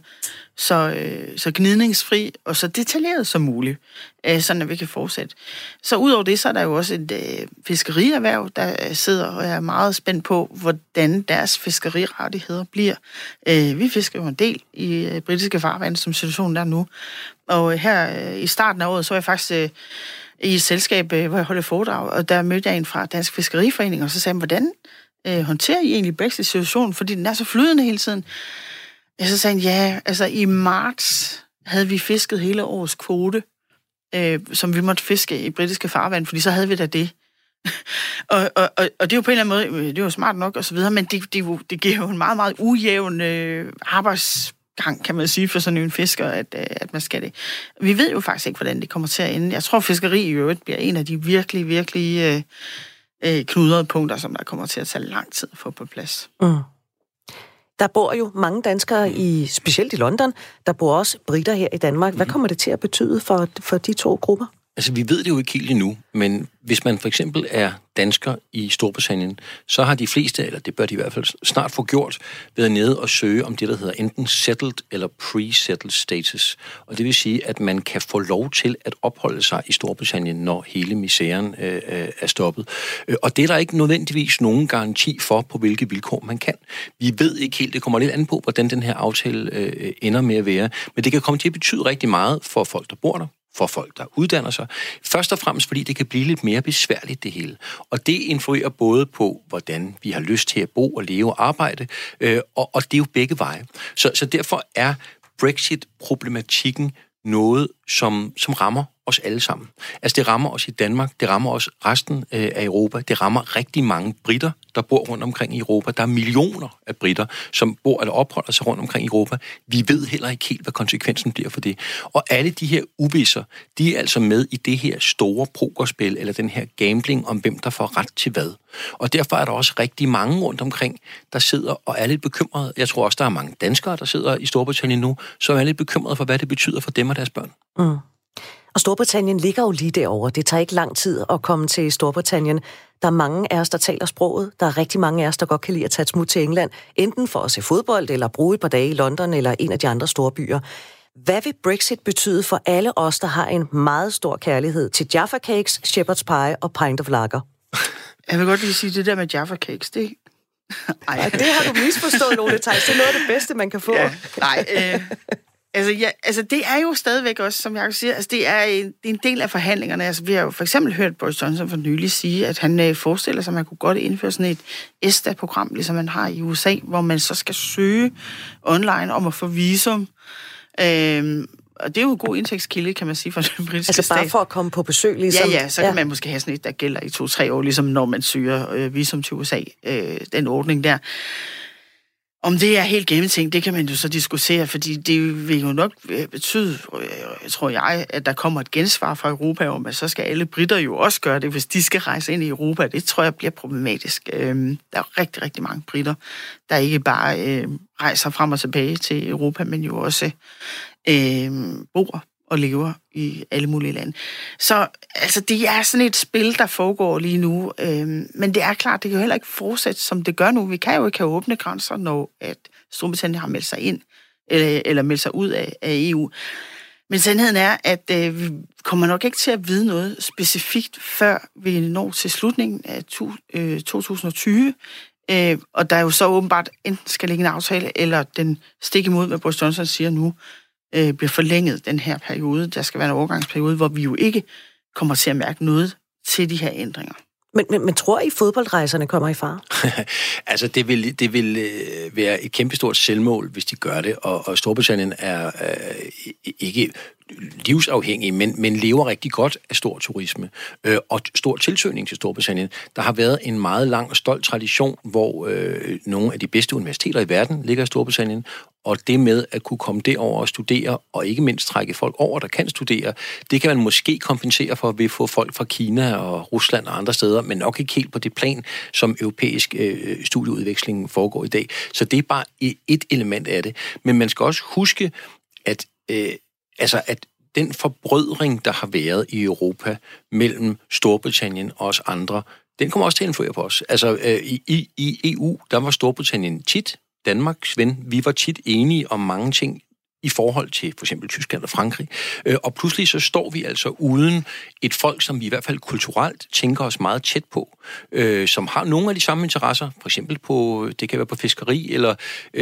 så gnidningsfri og så detaljeret som muligt, sådan at vi kan fortsætte. Så udover det, så er der jo også et fiskerierhverv, der sidder og er meget spændt på, hvordan deres fiskerirettigheder bliver. Vi fisker jo en del i britiske farvand, som situationen er nu. Og her i starten af året, så var jeg faktisk i et selskab, hvor jeg holdt foredrag, og der mødte jeg en fra Dansk Fiskeriforening, og så sagde han, hvordan håndterer I egentlig Brexit-situationen, fordi den er så flydende hele tiden? Så sagde han, ja, altså i marts havde vi fisket hele årets kvote, som vi måtte fiske i britiske farvand, fordi så havde vi da det. og det er jo på en eller anden måde, det er jo smart nok og så videre, men det giver jo en meget, meget ujævn arbejdsgang, kan man sige, for sådan en fisker, at man skal det. Vi ved jo faktisk ikke, hvordan det kommer til at ende. Jeg tror, fiskeri i øvrigt bliver en af de virkelig, virkelig knudrede punkter, som der kommer til at tage lang tid at få på plads. Mm. Der bor jo mange danskere, specielt i London. Der bor også briter her i Danmark. Hvad kommer det til at betyde for de to grupper? Altså, vi ved det jo ikke helt endnu, men hvis man for eksempel er dansker i Storbritannien, så har de fleste, eller det bør de i hvert fald snart få gjort, været nede og søge om det, der hedder enten settled eller pre-settled status. Og det vil sige, at man kan få lov til at opholde sig i Storbritannien, når hele misæren er stoppet. Og det er der ikke nødvendigvis nogen garanti for, på hvilke vilkår man kan. Vi ved ikke helt, det kommer lidt an på, hvordan den her aftale ender med at være, men det kan komme til at betyde rigtig meget for folk, der bor der, for folk, der uddanner sig. Først og fremmest, fordi det kan blive lidt mere besværligt, det hele. Og det influerer både på, hvordan vi har lyst til at bo og leve og arbejde, og det er jo begge veje. Så derfor er Brexit-problematikken noget, som rammer os alle sammen. Altså, det rammer os i Danmark, det rammer os resten af Europa, det rammer rigtig mange britter, der bor rundt omkring i Europa. Der er millioner af britter, som bor eller opholder sig rundt omkring i Europa. Vi ved heller ikke helt, hvad konsekvensen bliver for det. Og alle de her uvisser, de er altså med i det her store pokerspil, eller den her gambling om, hvem der får ret til hvad. Og derfor er der også rigtig mange rundt omkring, der sidder og er lidt bekymrede. Jeg tror også, der er mange danskere, der sidder i Storbritannien nu, som er lidt bekymrede for, hvad det betyder for dem og deres børn. Mm. Og Storbritannien ligger jo lige derovre. Det tager ikke lang tid at komme til Storbritannien. Der er mange af os, der taler sproget. Der er rigtig mange af os, der godt kan lide at tage et smut til England, enten for at se fodbold, eller bruge et par dage i London, eller en af de andre store byer. Hvad vil Brexit betyde for alle os, der har en meget stor kærlighed til Jaffa Cakes, Shepherd's Pie og Pint of Lager? Jeg vil godt lige sige, det der med Jaffa Cakes, det... Ej, det har du misforstået, Lone Theils. Det er noget af det bedste, man kan få. Ja, Altså, det er jo stadigvæk også, som jeg siger, altså det er en del af forhandlingerne. Altså, vi har jo for eksempel hørt Boris Johnson for nylig sige, at han forestiller sig, at man kunne godt indføre sådan et ESTA-program, ligesom man har i USA, hvor man så skal søge online om at få visum. Og det er jo en god indtægtskilde, kan man sige, for den britiske stat. Altså bare for at komme på besøg, ligesom? Ja, så kan man måske have sådan et, der gælder i 2-3 år, ligesom når man søger visum til USA, den ordning der. Om det er helt gennemtænkt, det kan man jo så diskutere, fordi det vil jo nok betyde, tror jeg, at der kommer et gensvar fra Europa om, at så skal alle britter jo også gøre det, hvis de skal rejse ind i Europa. Det tror jeg bliver problematisk. Der er jo rigtig, rigtig mange britter, der ikke bare rejser frem og tilbage til Europa, men jo også bor og lever i alle mulige lande. Så altså, det er sådan et spil, der foregår lige nu. Men det er klart, det kan jo heller ikke fortsætte, som det gør nu. Vi kan jo ikke have åbne grænser, når at Storbritannien har meldt sig ind, eller meldt sig ud af EU. Men sandheden er, at vi kommer nok ikke til at vide noget specifikt, før vi når til slutningen af 2020. Og der er jo så åbenbart enten skal ligge en aftale, eller den stik imod, hvad Boris Johnson siger nu, bliver forlænget den her periode. Der skal være en overgangsperiode, hvor vi jo ikke kommer til at mærke noget til de her ændringer. Men tror I, fodboldrejserne kommer i fare? Altså, det vil være et kæmpestort selvmål, hvis de gør det, og Storbritannien er ikke livsafhængige, men lever rigtig godt af stor turisme og stor tilsøgning til Storbritannien. Der har været en meget lang og stolt tradition, hvor nogle af de bedste universiteter i verden ligger i Storbritannien, og det med at kunne komme derover og studere, og ikke mindst trække folk over, der kan studere, det kan man måske kompensere for ved at få folk fra Kina og Rusland og andre steder, men nok ikke helt på det plan, som europæisk studieudveksling foregår i dag. Så det er bare et element af det. Men man skal også huske, at at den forbrødring, der har været i Europa mellem Storbritannien og os andre, den kommer også til at indføre på os. Altså, i EU, der var Storbritannien tit Danmarks ven. Vi var tit enige om mange ting i forhold til for eksempel Tyskland og Frankrig. Og pludselig så står vi altså uden et folk, som vi i hvert fald kulturelt tænker os meget tæt på, som har nogle af de samme interesser, for eksempel på, det kan være på fiskeri, eller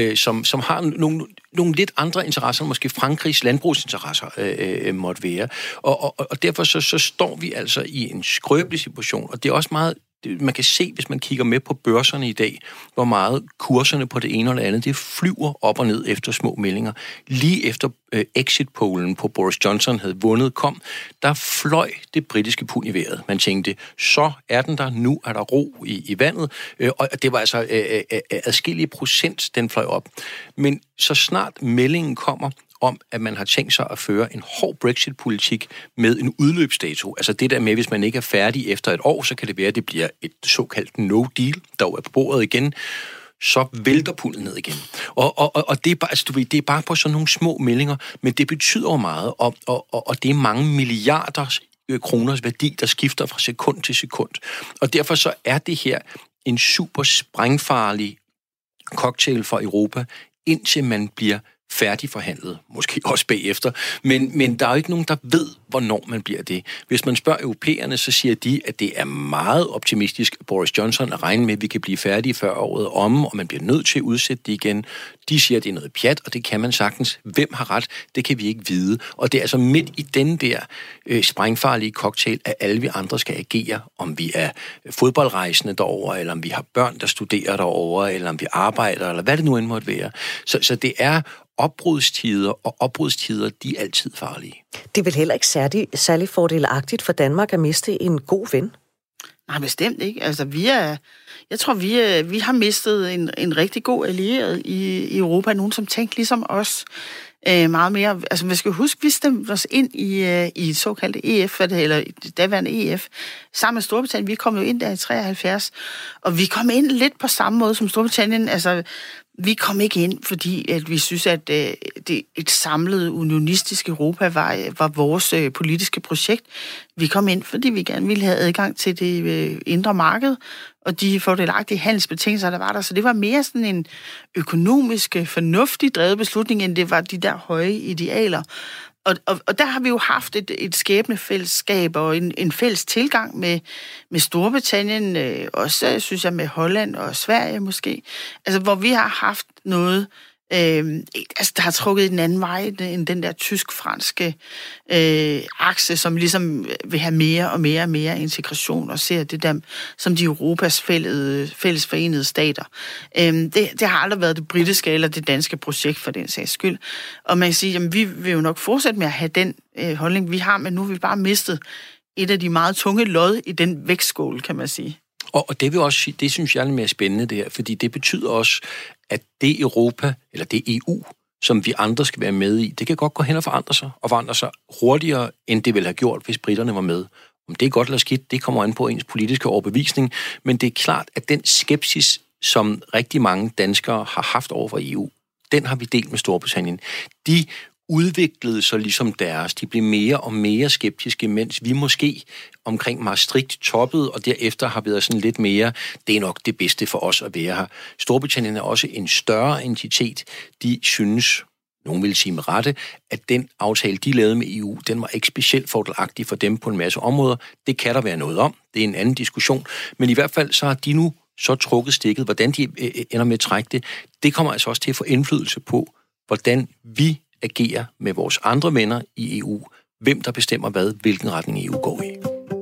som har nogle lidt andre interesser, end måske Frankrigs landbrugsinteresser måtte være. Og derfor så står vi altså i en skrøbelig situation, og det er også meget. Man kan se, hvis man kigger med på børserne i dag, hvor meget kurserne på det ene eller andet, det flyver op og ned efter små meldinger. Lige efter exit-pollen på Boris Johnson havde vundet kom, der fløj det britiske pund i vejret. Man tænkte, så er den der, nu er der ro i vandet, og det var altså adskillige procent, den fløj op. Men så snart meldingen kommer, om, at man har tænkt sig at føre en hård Brexit-politik med en udløbsdato. Altså det der med, hvis man ikke er færdig efter et år, så kan det være, at det bliver et såkaldt no-deal, der er på bordet igen. Så vælter pundet ned igen. Og det er bare, altså, du ved, det er bare på sådan nogle små meldinger, men det betyder jo meget, og det er mange milliarder kroners værdi, der skifter fra sekund til sekund. Og derfor så er det her en super sprængfarlig cocktail for Europa, indtil man bliver færdigforhandlet, måske også bagefter, men der er jo ikke nogen, der ved, hvornår man bliver det. Hvis man spørger europæerne, så siger de, at det er meget optimistisk, at Boris Johnson at regne med, at vi kan blive færdige før året om, og man bliver nødt til at udsætte det igen. De siger, at det er noget pjat, og det kan man sagtens. Hvem har ret? Det kan vi ikke vide. Og det er altså midt i den der sprængfarlige cocktail, at alle vi andre skal agere, om vi er fodboldrejsende derover, eller om vi har børn, der studerer derover, eller om vi arbejder, eller hvad det nu end måtte være. Så det er opbrudstider, og opbrudstider, de er altid farlige. Det er vel heller ikke særlig fordelagtigt for Danmark at miste en god ven? Nej, bestemt ikke. Altså, jeg tror, vi har mistet en rigtig god allieret i Europa. Nogen, som tænkte ligesom os meget mere. Altså, vi skal huske, vi stemte os ind i et såkaldt EF, eller det daværende EF, sammen med Storbritannien. Vi kom jo ind der i 73, og vi kom ind lidt på samme måde som Storbritannien. Altså, vi kom ikke ind, fordi at vi synes, at et samlet unionistisk Europa var vores politiske projekt. Vi kom ind, fordi vi gerne ville have adgang til det indre marked, og de fordelagtige handelsbetingelser, der var der. Så det var mere sådan en økonomisk, fornuftig drevet beslutning, end det var de der høje idealer. Og der har vi jo haft et skæbnefællesskab og en fælles tilgang med Storbritannien, også synes jeg med Holland og Sverige måske, altså hvor vi har haft noget, der har trukket i den anden vej end den der tysk-franske akse, som ligesom vil have mere og mere og mere integration og ser det der som de Europas fælles forenede stater. Det har aldrig været det britiske eller det danske projekt for den sags skyld. Og man kan sige, at vi vil jo nok fortsætte med at have den holdning, vi har, men nu har vi bare mistet et af de meget tunge lod i den vægtskål, kan man sige. Og det vil også sige, det synes jeg er mere spændende det her, fordi det betyder også, at det Europa, eller det EU, som vi andre skal være med i, det kan godt gå hen og forandre sig hurtigere, end det ville have gjort, hvis briterne var med. Om det er godt eller skidt, det kommer an på ens politiske overbevisning, men det er klart, at den skepsis, som rigtig mange danskere har haft over for EU, den har vi delt med Storbritannien. De udviklede sig ligesom deres. De blev mere og mere skeptiske, mens vi måske omkring Maastricht toppede, og derefter har været sådan lidt mere, det er nok det bedste for os at være her. Storbritannien er også en større entitet. De synes, nogen vil sige med rette, at den aftale, de lavede med EU, den var ikke specielt fordelagtig for dem på en masse områder. Det kan der være noget om. Det er en anden diskussion. Men i hvert fald så har de nu så trukket stikket. Hvordan de ender med at trække det, det kommer altså også til at få indflydelse på, hvordan vi agerer med vores andre venner i EU. Hvem der bestemmer hvad, hvilken retning EU går i.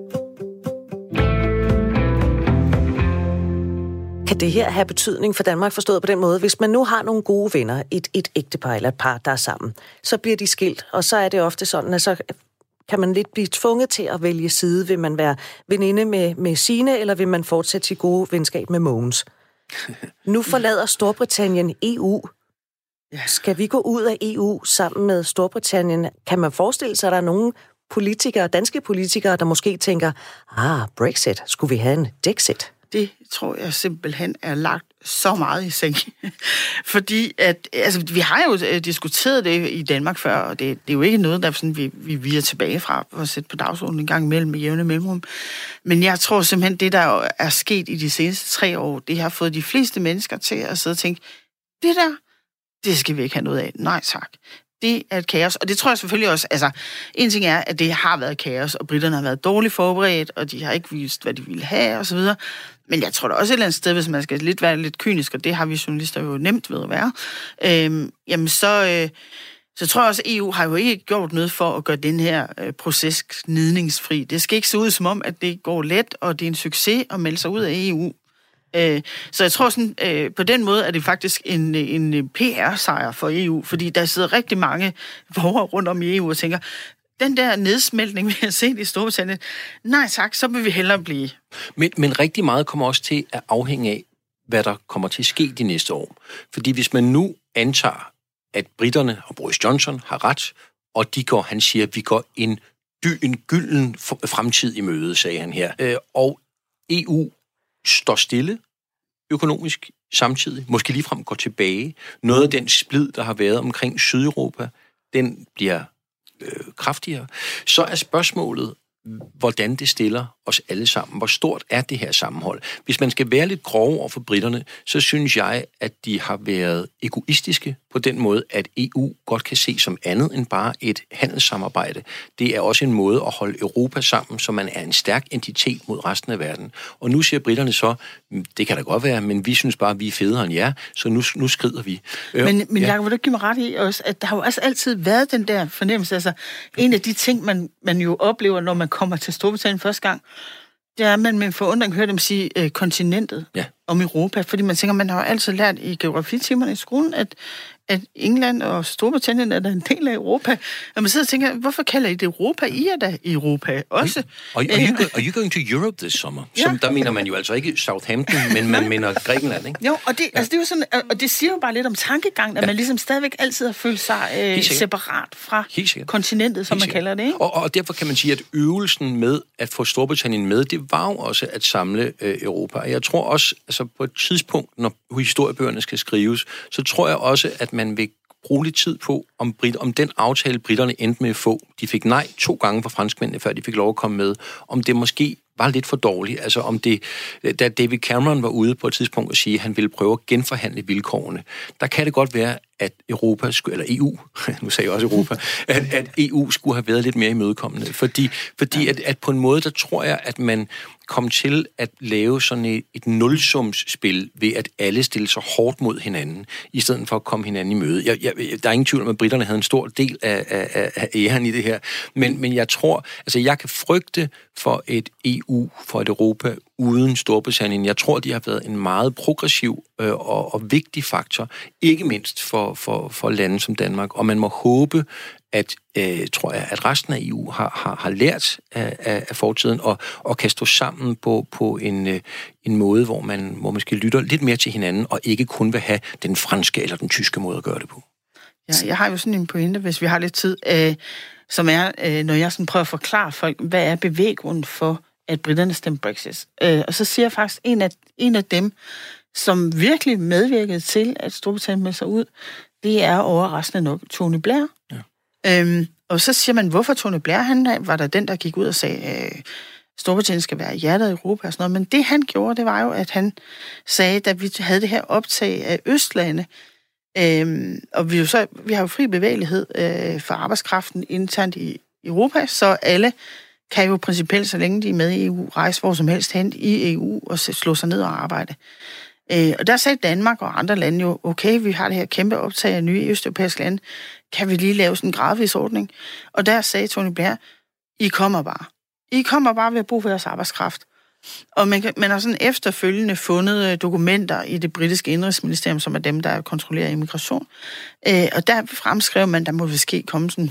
Kan det her have betydning for Danmark forstået på den måde? Hvis man nu har nogle gode venner, et ægtepar eller et par, der er sammen, så bliver de skilt, og så er det ofte sådan, at så kan man lidt blive tvunget til at vælge side. Vil man være veninde med Signe, eller vil man fortsætte sit gode venskab med Mogens? Nu forlader Storbritannien EU. Skal vi gå ud af EU sammen med Storbritannien? Kan man forestille sig, at der er nogle politikere, danske politikere, der måske tænker, Brexit, skulle vi have en Dexit? Det tror jeg simpelthen er lagt så meget i seng. Fordi at, altså, vi har jo diskuteret det i Danmark før, og det er jo ikke noget, der sådan, vi er tilbage fra at sætte på dagsordenen en gang imellem med jævne mellemrum. Men jeg tror simpelthen, det der er sket i de seneste 3 år, det har fået de fleste mennesker til at sidde og tænke, det skal vi ikke have noget af. Nej tak. Det er et kaos, og det tror jeg selvfølgelig også, altså, en ting er, at det har været kaos, og britterne har været dårligt forberedt, og de har ikke vist, hvad de ville have, og så videre. Men jeg tror da også et eller andet sted, hvis man skal være lidt kynisk, og det har vi journalister jo nemt ved at være, jamen så tror jeg også, at EU har jo ikke gjort noget for at gøre den her proces gnidningsfri. Det skal ikke se ud som om, at det går let, og det er en succes at melde sig ud af EU. Så jeg tror sådan, på den måde er det faktisk en PR-sejr for EU, fordi der sidder rigtig mange borgere rundt om i EU og tænker, den der nedsmeltning, vi har set i Storbritannien, nej tak, så vil vi hellere blive. Men rigtig meget kommer også til at afhænge af, hvad der kommer til at ske de næste år. Fordi hvis man nu antager, at britterne og Boris Johnson har ret, og han siger, at vi går en gylden fremtid i møde, sagde han her, og EU står stille økonomisk samtidig, måske ligefrem går tilbage. Noget af den splid, der har været omkring Sydeuropa, den bliver kraftigere. Så er spørgsmålet, hvordan det stiller os alle sammen. Hvor stort er det her sammenhold? Hvis man skal være lidt grov over for britterne, så synes jeg, at de har været egoistiske på den måde, at EU godt kan se som andet end bare et handelssamarbejde. Det er også en måde at holde Europa sammen, så man er en stærk entitet mod resten af verden. Og nu siger britterne så, det kan da godt være, men vi synes bare, at vi er federe end jer, så nu skrider vi. Men Jacob, vil du give mig ret i også, at der har jo også altid været den der fornemmelse, altså en af de ting, man jo oplever, når man kommer til Storbritannien første gang, det er, at man med forundring hører dem sige kontinentet om Europa, fordi man tænker, man har jo altid lært i geografitimerne i skolen, at England og Storbritannien er der en del af Europa. Og man sidder og tænker, hvorfor kalder I det Europa? I er da i Europa også. Are you going to Europe this summer? Som, der mener man jo altså ikke Southampton, men man mener Grækenland, ikke? Jo, og det er jo sådan, og det siger jo bare lidt om tankegangen, at man ligesom stadigvæk altid har følt sig separat fra kontinentet, som man kalder det, ikke? Og derfor kan man sige, at øvelsen med at få Storbritannien med, det var jo også at samle Europa. Og jeg tror også, altså på et tidspunkt, når historiebøgerne skal skrives, så tror jeg også, at man vil bruge lidt tid på, om den aftale, britterne endte med at få. De fik nej 2 gange fra franskmændene, før de fik lov at komme med. Om det måske var lidt for dårligt. Altså om det, da David Cameron var ude på et tidspunkt og sige, at han ville prøve at genforhandle vilkårene, der kan det godt være, at Europa, eller EU, nu sagde jeg også Europa, at EU skulle have været lidt mere imødekommende. Fordi at på en måde, der tror jeg, at man kom til at lave sådan et nulsumsspil ved, at alle stiller sig hårdt mod hinanden, i stedet for at komme hinanden i møde. Der er ingen tvivl om, at britterne havde en stor del af æren i det her. Men jeg tror, altså jeg kan frygte for et EU, for et Europa uden Storbritannien. Jeg tror, de har været en meget progressiv og vigtig faktor, ikke mindst for lande som Danmark. Og man må håbe, at resten af EU har lært af fortiden og kan stå sammen på en måde, hvor man måske lytter lidt mere til hinanden, og ikke kun vil have den franske eller den tyske måde at gøre det på. Ja, jeg har jo sådan en pointe, hvis vi har lidt tid, som er, når jeg sådan prøver at forklare folk, hvad er bevæggrunden for, at britterne stemte Brexit. Og så siger jeg faktisk, en af dem, som virkelig medvirkede til, at Storbritannien meldte sig ud, det er overraskende nok Tony Blair. Ja. Og så siger man, hvorfor Tony Blair? Han var der den, der gik ud og sagde, Storbritannien skal være hjertet i Europa og sådan noget. Men det han gjorde, det var jo, at han sagde, da vi havde det her optag af Østlande, Og vi har jo fri bevægelighed for arbejdskraften internt i Europa, så alle kan jo principielt, så længe de er med i EU, rejse hvor som helst hen i EU og slå sig ned og arbejde. Og der sagde Danmark og andre lande jo, okay, vi har det her kæmpe optag af nye østeuropæiske lande, kan vi lige lave sådan en gradvis ordning? Og der sagde Tony Blair, I kommer bare. I kommer bare ved at bruge for jeres arbejdskraft. Og man har sådan efterfølgende fundet dokumenter i det britiske indrigsministerium, som er dem, der kontrollerer immigration. Og der fremskrev man, der må måske komme sådan 100-125.000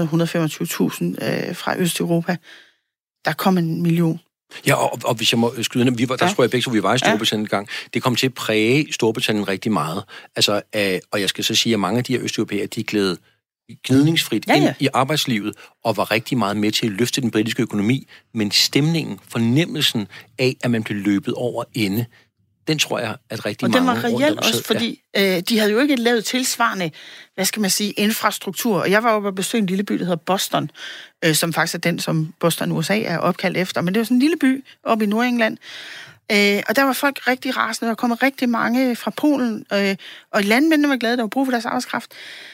fra Østeuropa. Der kom 1 million. Ja, og hvis jeg må skyde ind, der tror jeg begge, vi var i Storbritannien en gang. Det kom til at præge Storbritannien rigtig meget. Altså, og jeg skal så sige, at mange af de her østeuropæere, de gled gnidningsfrit ind i arbejdslivet og var rigtig meget med til at løfte den britiske økonomi, men stemningen, fornemmelsen af, at man blev løbet over ende, den tror jeg, at rigtig mange... Og den var reelt også, fordi de havde jo ikke lavet tilsvarende, hvad skal man sige, infrastruktur. Og jeg var oppe og besøgte en lille by, der hedder Boston, som faktisk er den, som Boston, USA er opkaldt efter. Men det var sådan en lille by oppe i Nordengland. Og der var folk rigtig rasende, der kom rigtig mange fra Polen, og landmændene var glade, der var brug for deres arbejdskraft.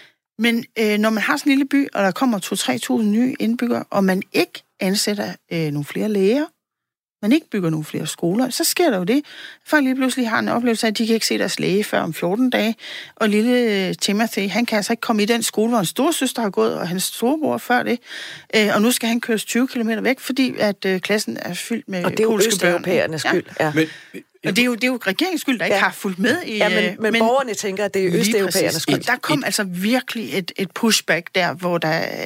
Men når man har sådan en lille by, og der kommer 2-3.000 nye indbyggere, og man ikke ansætter nogle flere læger, man ikke bygger nogle flere skoler, så sker der jo det. Folk lige pludselig har en oplevelse af, at de kan ikke se deres læge før om 14 dage, og lille Timothy, han kan altså ikke komme i den skole, hvor hans storesøster har gået, og hans storebror før det, og nu skal han køres 20 km væk, fordi at klassen er fyldt med polske børn. Og det er jo østeuropæernes skyld. Ja. Og det er jo regeringens skyld, der ikke har fulgt med i... Ja, men borgerne tænker, at det er østeuropæernes skyld. Der kom altså virkelig et pushback der, hvor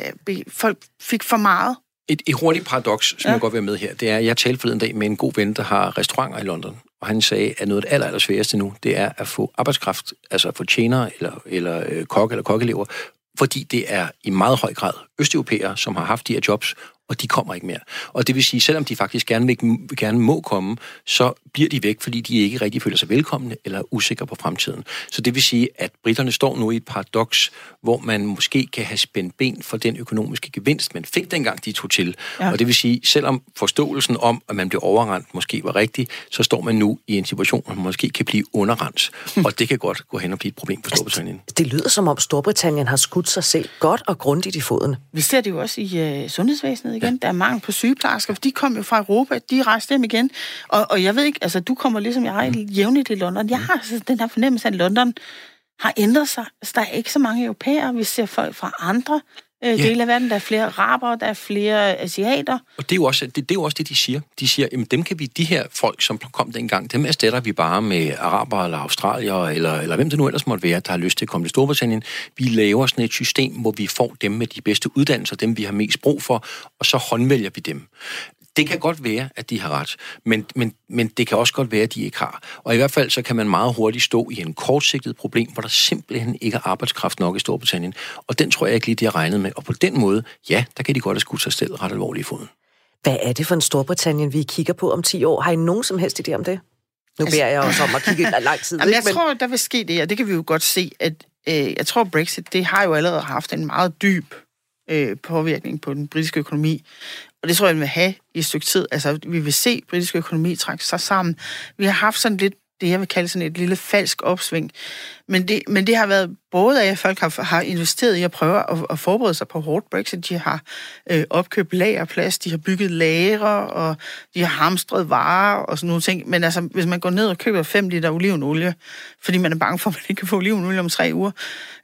folk fik for meget. Et hurtigt paradoks, som jeg godt vil være med her, det er, at jeg talte forleden dag med en god ven, der har restauranter i London, og han sagde, at noget af det allersværeste nu, det er at få arbejdskraft, altså at få tjenere eller kok eller kokkelever, fordi det er i meget høj grad østeuropæere, som har haft de her jobs, og de kommer ikke mere. Og det vil sige, selvom de faktisk gerne må komme, så bliver de væk, fordi de ikke rigtig føler sig velkomne eller usikre på fremtiden. Så det vil sige, at britterne står nu i et paradoks, hvor man måske kan have spændt ben for den økonomiske gevinst, man fik dengang de tog til. Ja. Og det vil sige, selvom forståelsen om, at man blev overrendt, måske var rigtig, så står man nu i en situation, hvor man måske kan blive underrendt. Og det kan godt gå hen og blive et problem for Storbritannien. Det lyder som om Storbritannien har skudt sig selv godt og grundigt i foden. Vi ser det jo også i sundhedsvæsenet igen. Ja. Der er mangel på sygeplejersker, for de kom jo fra Europa, de rejste hjem igen. Og jeg ved ikke, altså du kommer ligesom jeg jævnligt i London. Jeg har altså den her fornemmelse, at London har ændret sig. Altså, der er ikke så mange europæere. Vi ser folk fra andre dele af verden. Der er flere arabere, der er flere asiater. Og det er jo også det, de siger. De siger, jamen dem kan vi, de her folk, som kom dengang, dem erstatter vi bare med arabere eller australier, eller hvem det nu ellers måtte være, der har lyst til at komme til Storbritannien. Vi laver sådan et system, hvor vi får dem med de bedste uddannelser, dem vi har mest brug for, og så håndvælger vi dem. Det kan godt være, at de har ret, men det kan også godt være, at de ikke har. Og i hvert fald så kan man meget hurtigt stå i en kortsigtet problem, hvor der simpelthen ikke er arbejdskraft nok i Storbritannien. Og den tror jeg ikke lige, de har regnet med. Og på den måde, ja, der kan de godt have skudt sig selv ret alvorligt i foden. Hvad er det for en Storbritannien, vi kigger på om 10 år? Har I nogen som helst idé om det? Nu beder jeg også om at kigge lang tid. Jamen, jeg tror, der vil ske det, og det kan vi jo godt se, at jeg tror, Brexit, det har jo allerede haft en meget dyb påvirkning på den britiske økonomi. Og det tror jeg, vi vil have i et stykke tid. Altså, vi vil se britisk økonomi trække sig sammen. Vi har haft sådan lidt, det jeg vil kalde sådan et lille falsk opsving. Men det har været både af, at folk har investeret i at prøve at forberede sig på hårdt Brexit. De har opkøbt lagerplads, de har bygget lagre, og de har hamstret varer og sådan nogle ting. Men altså, hvis man går ned og køber 5 liter olivenolie, fordi man er bange for, at man ikke kan få olivenolie om 3 uger,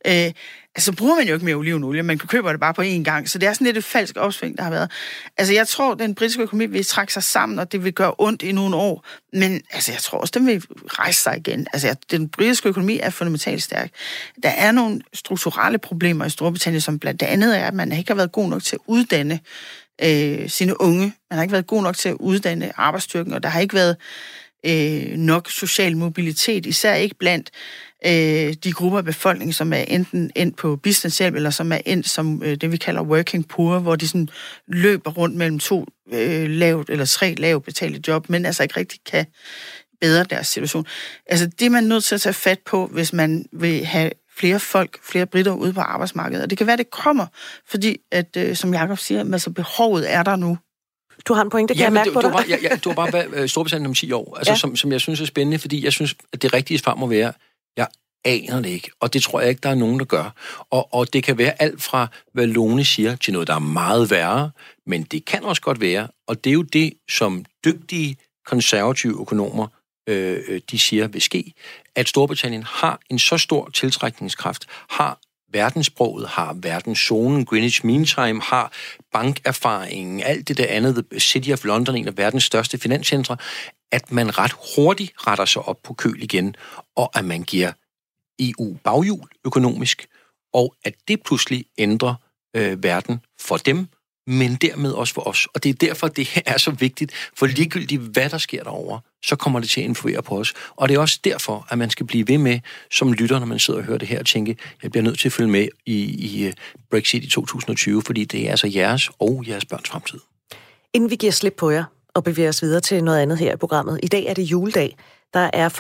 så bruger man jo ikke mere olivenolie, man køber det bare på én gang. Så det er sådan lidt et falsk opsving, der har været. Altså, jeg tror, den britiske økonomi vil trække sig sammen, og det vil gøre ondt i nogle år. Men altså, jeg tror også, den vil rejse sig igen. Altså, den britiske økonomi er fundamentalt stærk. Der er nogle strukturelle problemer i Storbritannien, som blandt andet er, at man ikke har været god nok til at uddanne sine unge. Man har ikke været god nok til at uddanne arbejdsstyrken, og der har ikke været nok social mobilitet, især ikke blandt de grupper af befolkningen, som er enten endt på bistandshjælp, eller som er endt som det, vi kalder working poor, hvor de sådan løber rundt mellem 2 lavt eller 3 lavt betalte job, men altså ikke rigtig kan bedre deres situation. Altså det er man nødt til at tage fat på, hvis man vil have flere britter ude på arbejdsmarkedet. Og det kan være, det kommer, fordi, at som Jakob siger, altså behovet er der nu. Du har en pointe, kan jeg mærke på dig? Du har bare været Storbritannien om 10 år, altså, som jeg synes er spændende, fordi jeg synes, at det rigtige svar må være, aner det ikke, og det tror jeg ikke, der er nogen, der gør. Og det kan være alt fra, hvad Lone siger, til noget, der er meget værre, men det kan også godt være, og det er jo det, som dygtige konservative økonomer, de siger vil ske, at Storbritannien har en så stor tiltrækningskraft, har verdenssproget, har verdenszonen, Greenwich Mean Time, har bankerfaringen, alt det der andet, The City of London, en af verdens største finanscentre, at man ret hurtigt retter sig op på køl igen, og at man giver EU baghjul økonomisk, og at det pludselig ændrer verden for dem, men dermed også for os. Og det er derfor, det her er så vigtigt, for ligegyldigt hvad der sker derovre, så kommer det til at influere på os. Og det er også derfor, at man skal blive ved med, som lytter, når man sidder og hører det her, og tænke, jeg bliver nødt til at følge med i Brexit i 2020, fordi det er altså jeres og jeres børns fremtid. Inden vi giver slip på jer og bevæger os videre til noget andet her i programmet. I dag er det juledag. Der er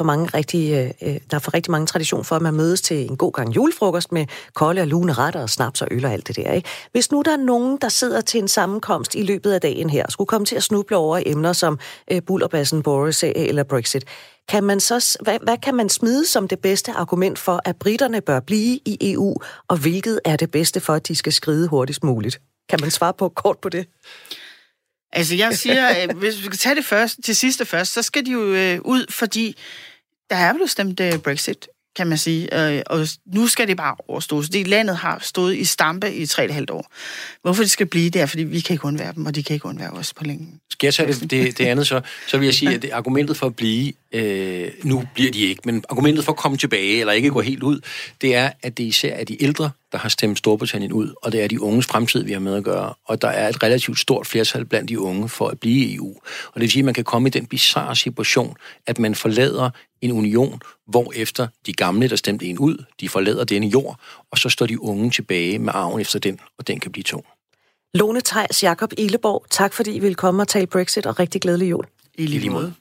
for rigtig mange tradition for, at man mødes til en god gang julefrokost med kolde og lune retter og snaps og øl og alt det der, ikke? Hvis nu der er nogen, der sidder til en sammenkomst i løbet af dagen her, skulle komme til at snuble over emner som bullerbassen, Boris eller Brexit, kan man så, hvad kan man smide som det bedste argument for, at briterne bør blive i EU, og hvilket er det bedste for, at de skal skride hurtigst muligt? Kan man svare kort på det? Altså, jeg siger, hvis vi skal tage det til sidste først, så skal de jo ud, fordi der er blevet stemt Brexit, kan man sige, og nu skal det bare overstås. Det landet har stået i stampe i 3,5 år. Hvorfor det skal blive der? Fordi vi kan ikke undvære dem, og de kan ikke undvære os på længe. Skal jeg tage det andet så vil jeg sige, at argumentet for at blive, nu bliver de ikke, men argumentet for at komme tilbage, eller ikke gå helt ud, det er, at det især er de ældre, der har stemt Storbritannien ud, og det er de unges fremtid, vi har med at gøre. Og der er et relativt stort flertal blandt de unge for at blive i EU. Og det vil sige, at man kan komme i den bizarre situation, at man forlader en union, hvorefter de gamle, der stemte en ud, de forlader denne jord, og så står de unge tilbage med arven efter den, og den kan blive tung. Lone Theis, Jakob Ihleborg, tak fordi I ville komme og tale Brexit, og rigtig glædelig jul. I lige måde.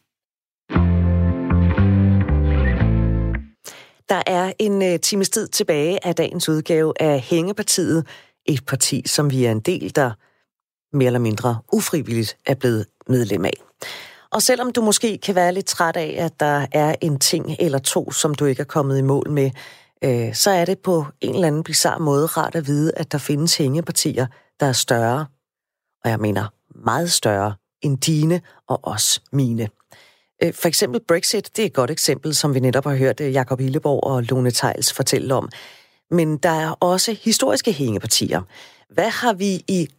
Der er en times tid tilbage af dagens udgave af Hængepartiet, et parti, som vi er en del, der mere eller mindre ufrivilligt er blevet medlem af. Og selvom du måske kan være lidt træt af, at der er en ting eller to, som du ikke er kommet i mål med, så er det på en eller anden bizarre måde rart at vide, at der findes hængepartier, der er større, og jeg mener meget større, end dine og os mine. For eksempel Brexit, det er et godt eksempel, som vi netop har hørt Jakob Ihleborg og Lone Theis fortælle om. Men der er også historiske hængepartier. Hvad har vi i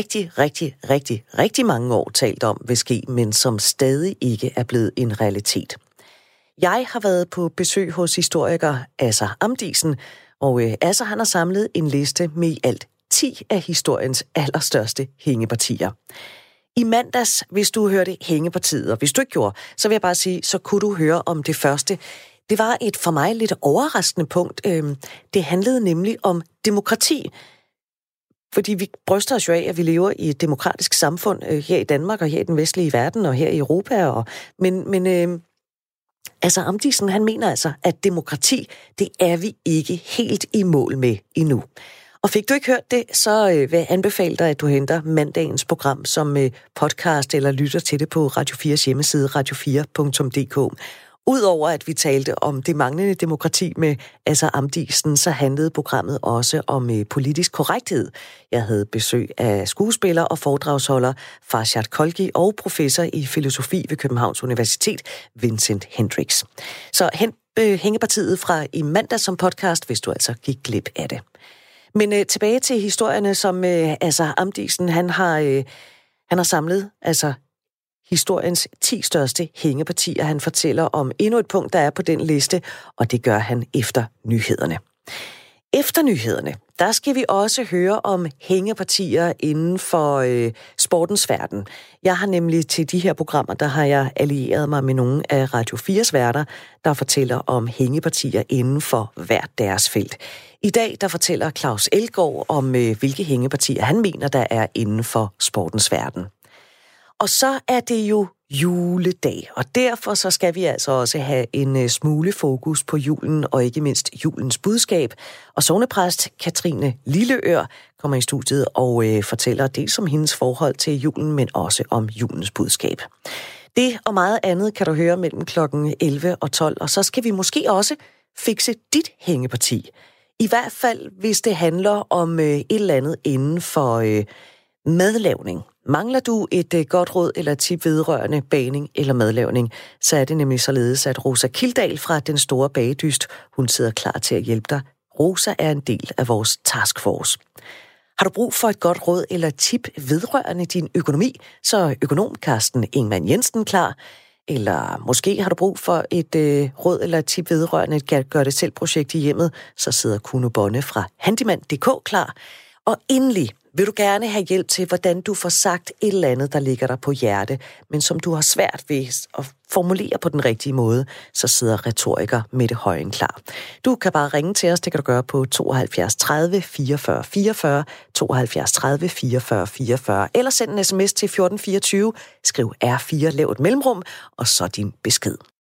rigtig mange år talt om vil ske, men som stadig ikke er blevet en realitet? Jeg har været på besøg hos historiker Asser Amdisen, og Asser han har samlet en liste med i alt 10 af historiens allerstørste hængepartier. I mandags, hvis du hørte Hængepartiet, og hvis du ikke gjorde, så vil jeg bare sige, så kunne du høre om det første. Det var et for mig lidt overraskende punkt. Det handlede nemlig om demokrati. Fordi vi bryster os jo af, at vi lever i et demokratisk samfund her i Danmark og her i den vestlige verden og her i Europa. Men Asser Amdisen, han mener altså, at demokrati, det er vi ikke helt i mål med endnu. Og fik du ikke hørt det, så vil jeg anbefale dig, at du henter mandagens program som podcast eller lytter til det på Radio 4's hjemmeside, radio4.dk. Udover at vi talte om det manglende demokrati med Asser Amdisen, så handlede programmet også om politisk korrekthed. Jeg havde besøg af skuespiller og foredragsholder Farshad Kholgi og professor i filosofi ved Københavns Universitet, Vincent Hendricks. Så hent Hængepartiet fra i mandag som podcast, hvis du altså gik glip af det. Men tilbage til historierne, som Asser Amdisen, han har samlet, altså historiens 10 største hængepartier. Han fortæller om endnu et punkt, der er på den liste, og det gør han efter nyhederne. Efter nyhederne, der skal vi også høre om hængepartier inden for sportens verden. Jeg har nemlig til de her programmer, der har jeg allieret mig med nogle af Radio 4's værter, der fortæller om hængepartier inden for hvert deres felt. I dag, der fortæller Claus Elgaard om, hvilke hængepartier han mener, der er inden for sportens verden. Og så er det jo juledag, og derfor så skal vi altså også have en smule fokus på julen, og ikke mindst julens budskab. Og sognepræst Katrine Lilleør kommer i studiet og fortæller dels om hendes forhold til julen, men også om julens budskab. Det og meget andet kan du høre mellem klokken 11 og 12, og så skal vi måske også fikse dit hængeparti. I hvert fald, hvis det handler om et eller andet inden for madlavning. Mangler du et godt råd eller tip vedrørende bagning eller madlavning, så er det nemlig således, at Rosa Kildahl fra Den Store Bagedyst, hun sidder klar til at hjælpe dig. Rosa er en del af vores taskforce. Har du brug for et godt råd eller tip vedrørende din økonomi, så er økonom Carsten Ingemann Jensen klar. Eller måske har du brug for et råd eller tip vedrørende et gør-det-selv-projekt i hjemmet, så sidder Kuno Bonne fra Handyman.dk klar. Og endelig vil du gerne have hjælp til, hvordan du får sagt et eller andet, der ligger dig på hjerte, men som du har svært ved at formulere på den rigtige måde, så sidder retoriker Mette Højen klar. Du kan bare ringe til os, det kan du gøre på 72 30 44 44, 72 30 44 44, eller send en sms til 1424, skriv R4, lav et mellemrum, og så din besked.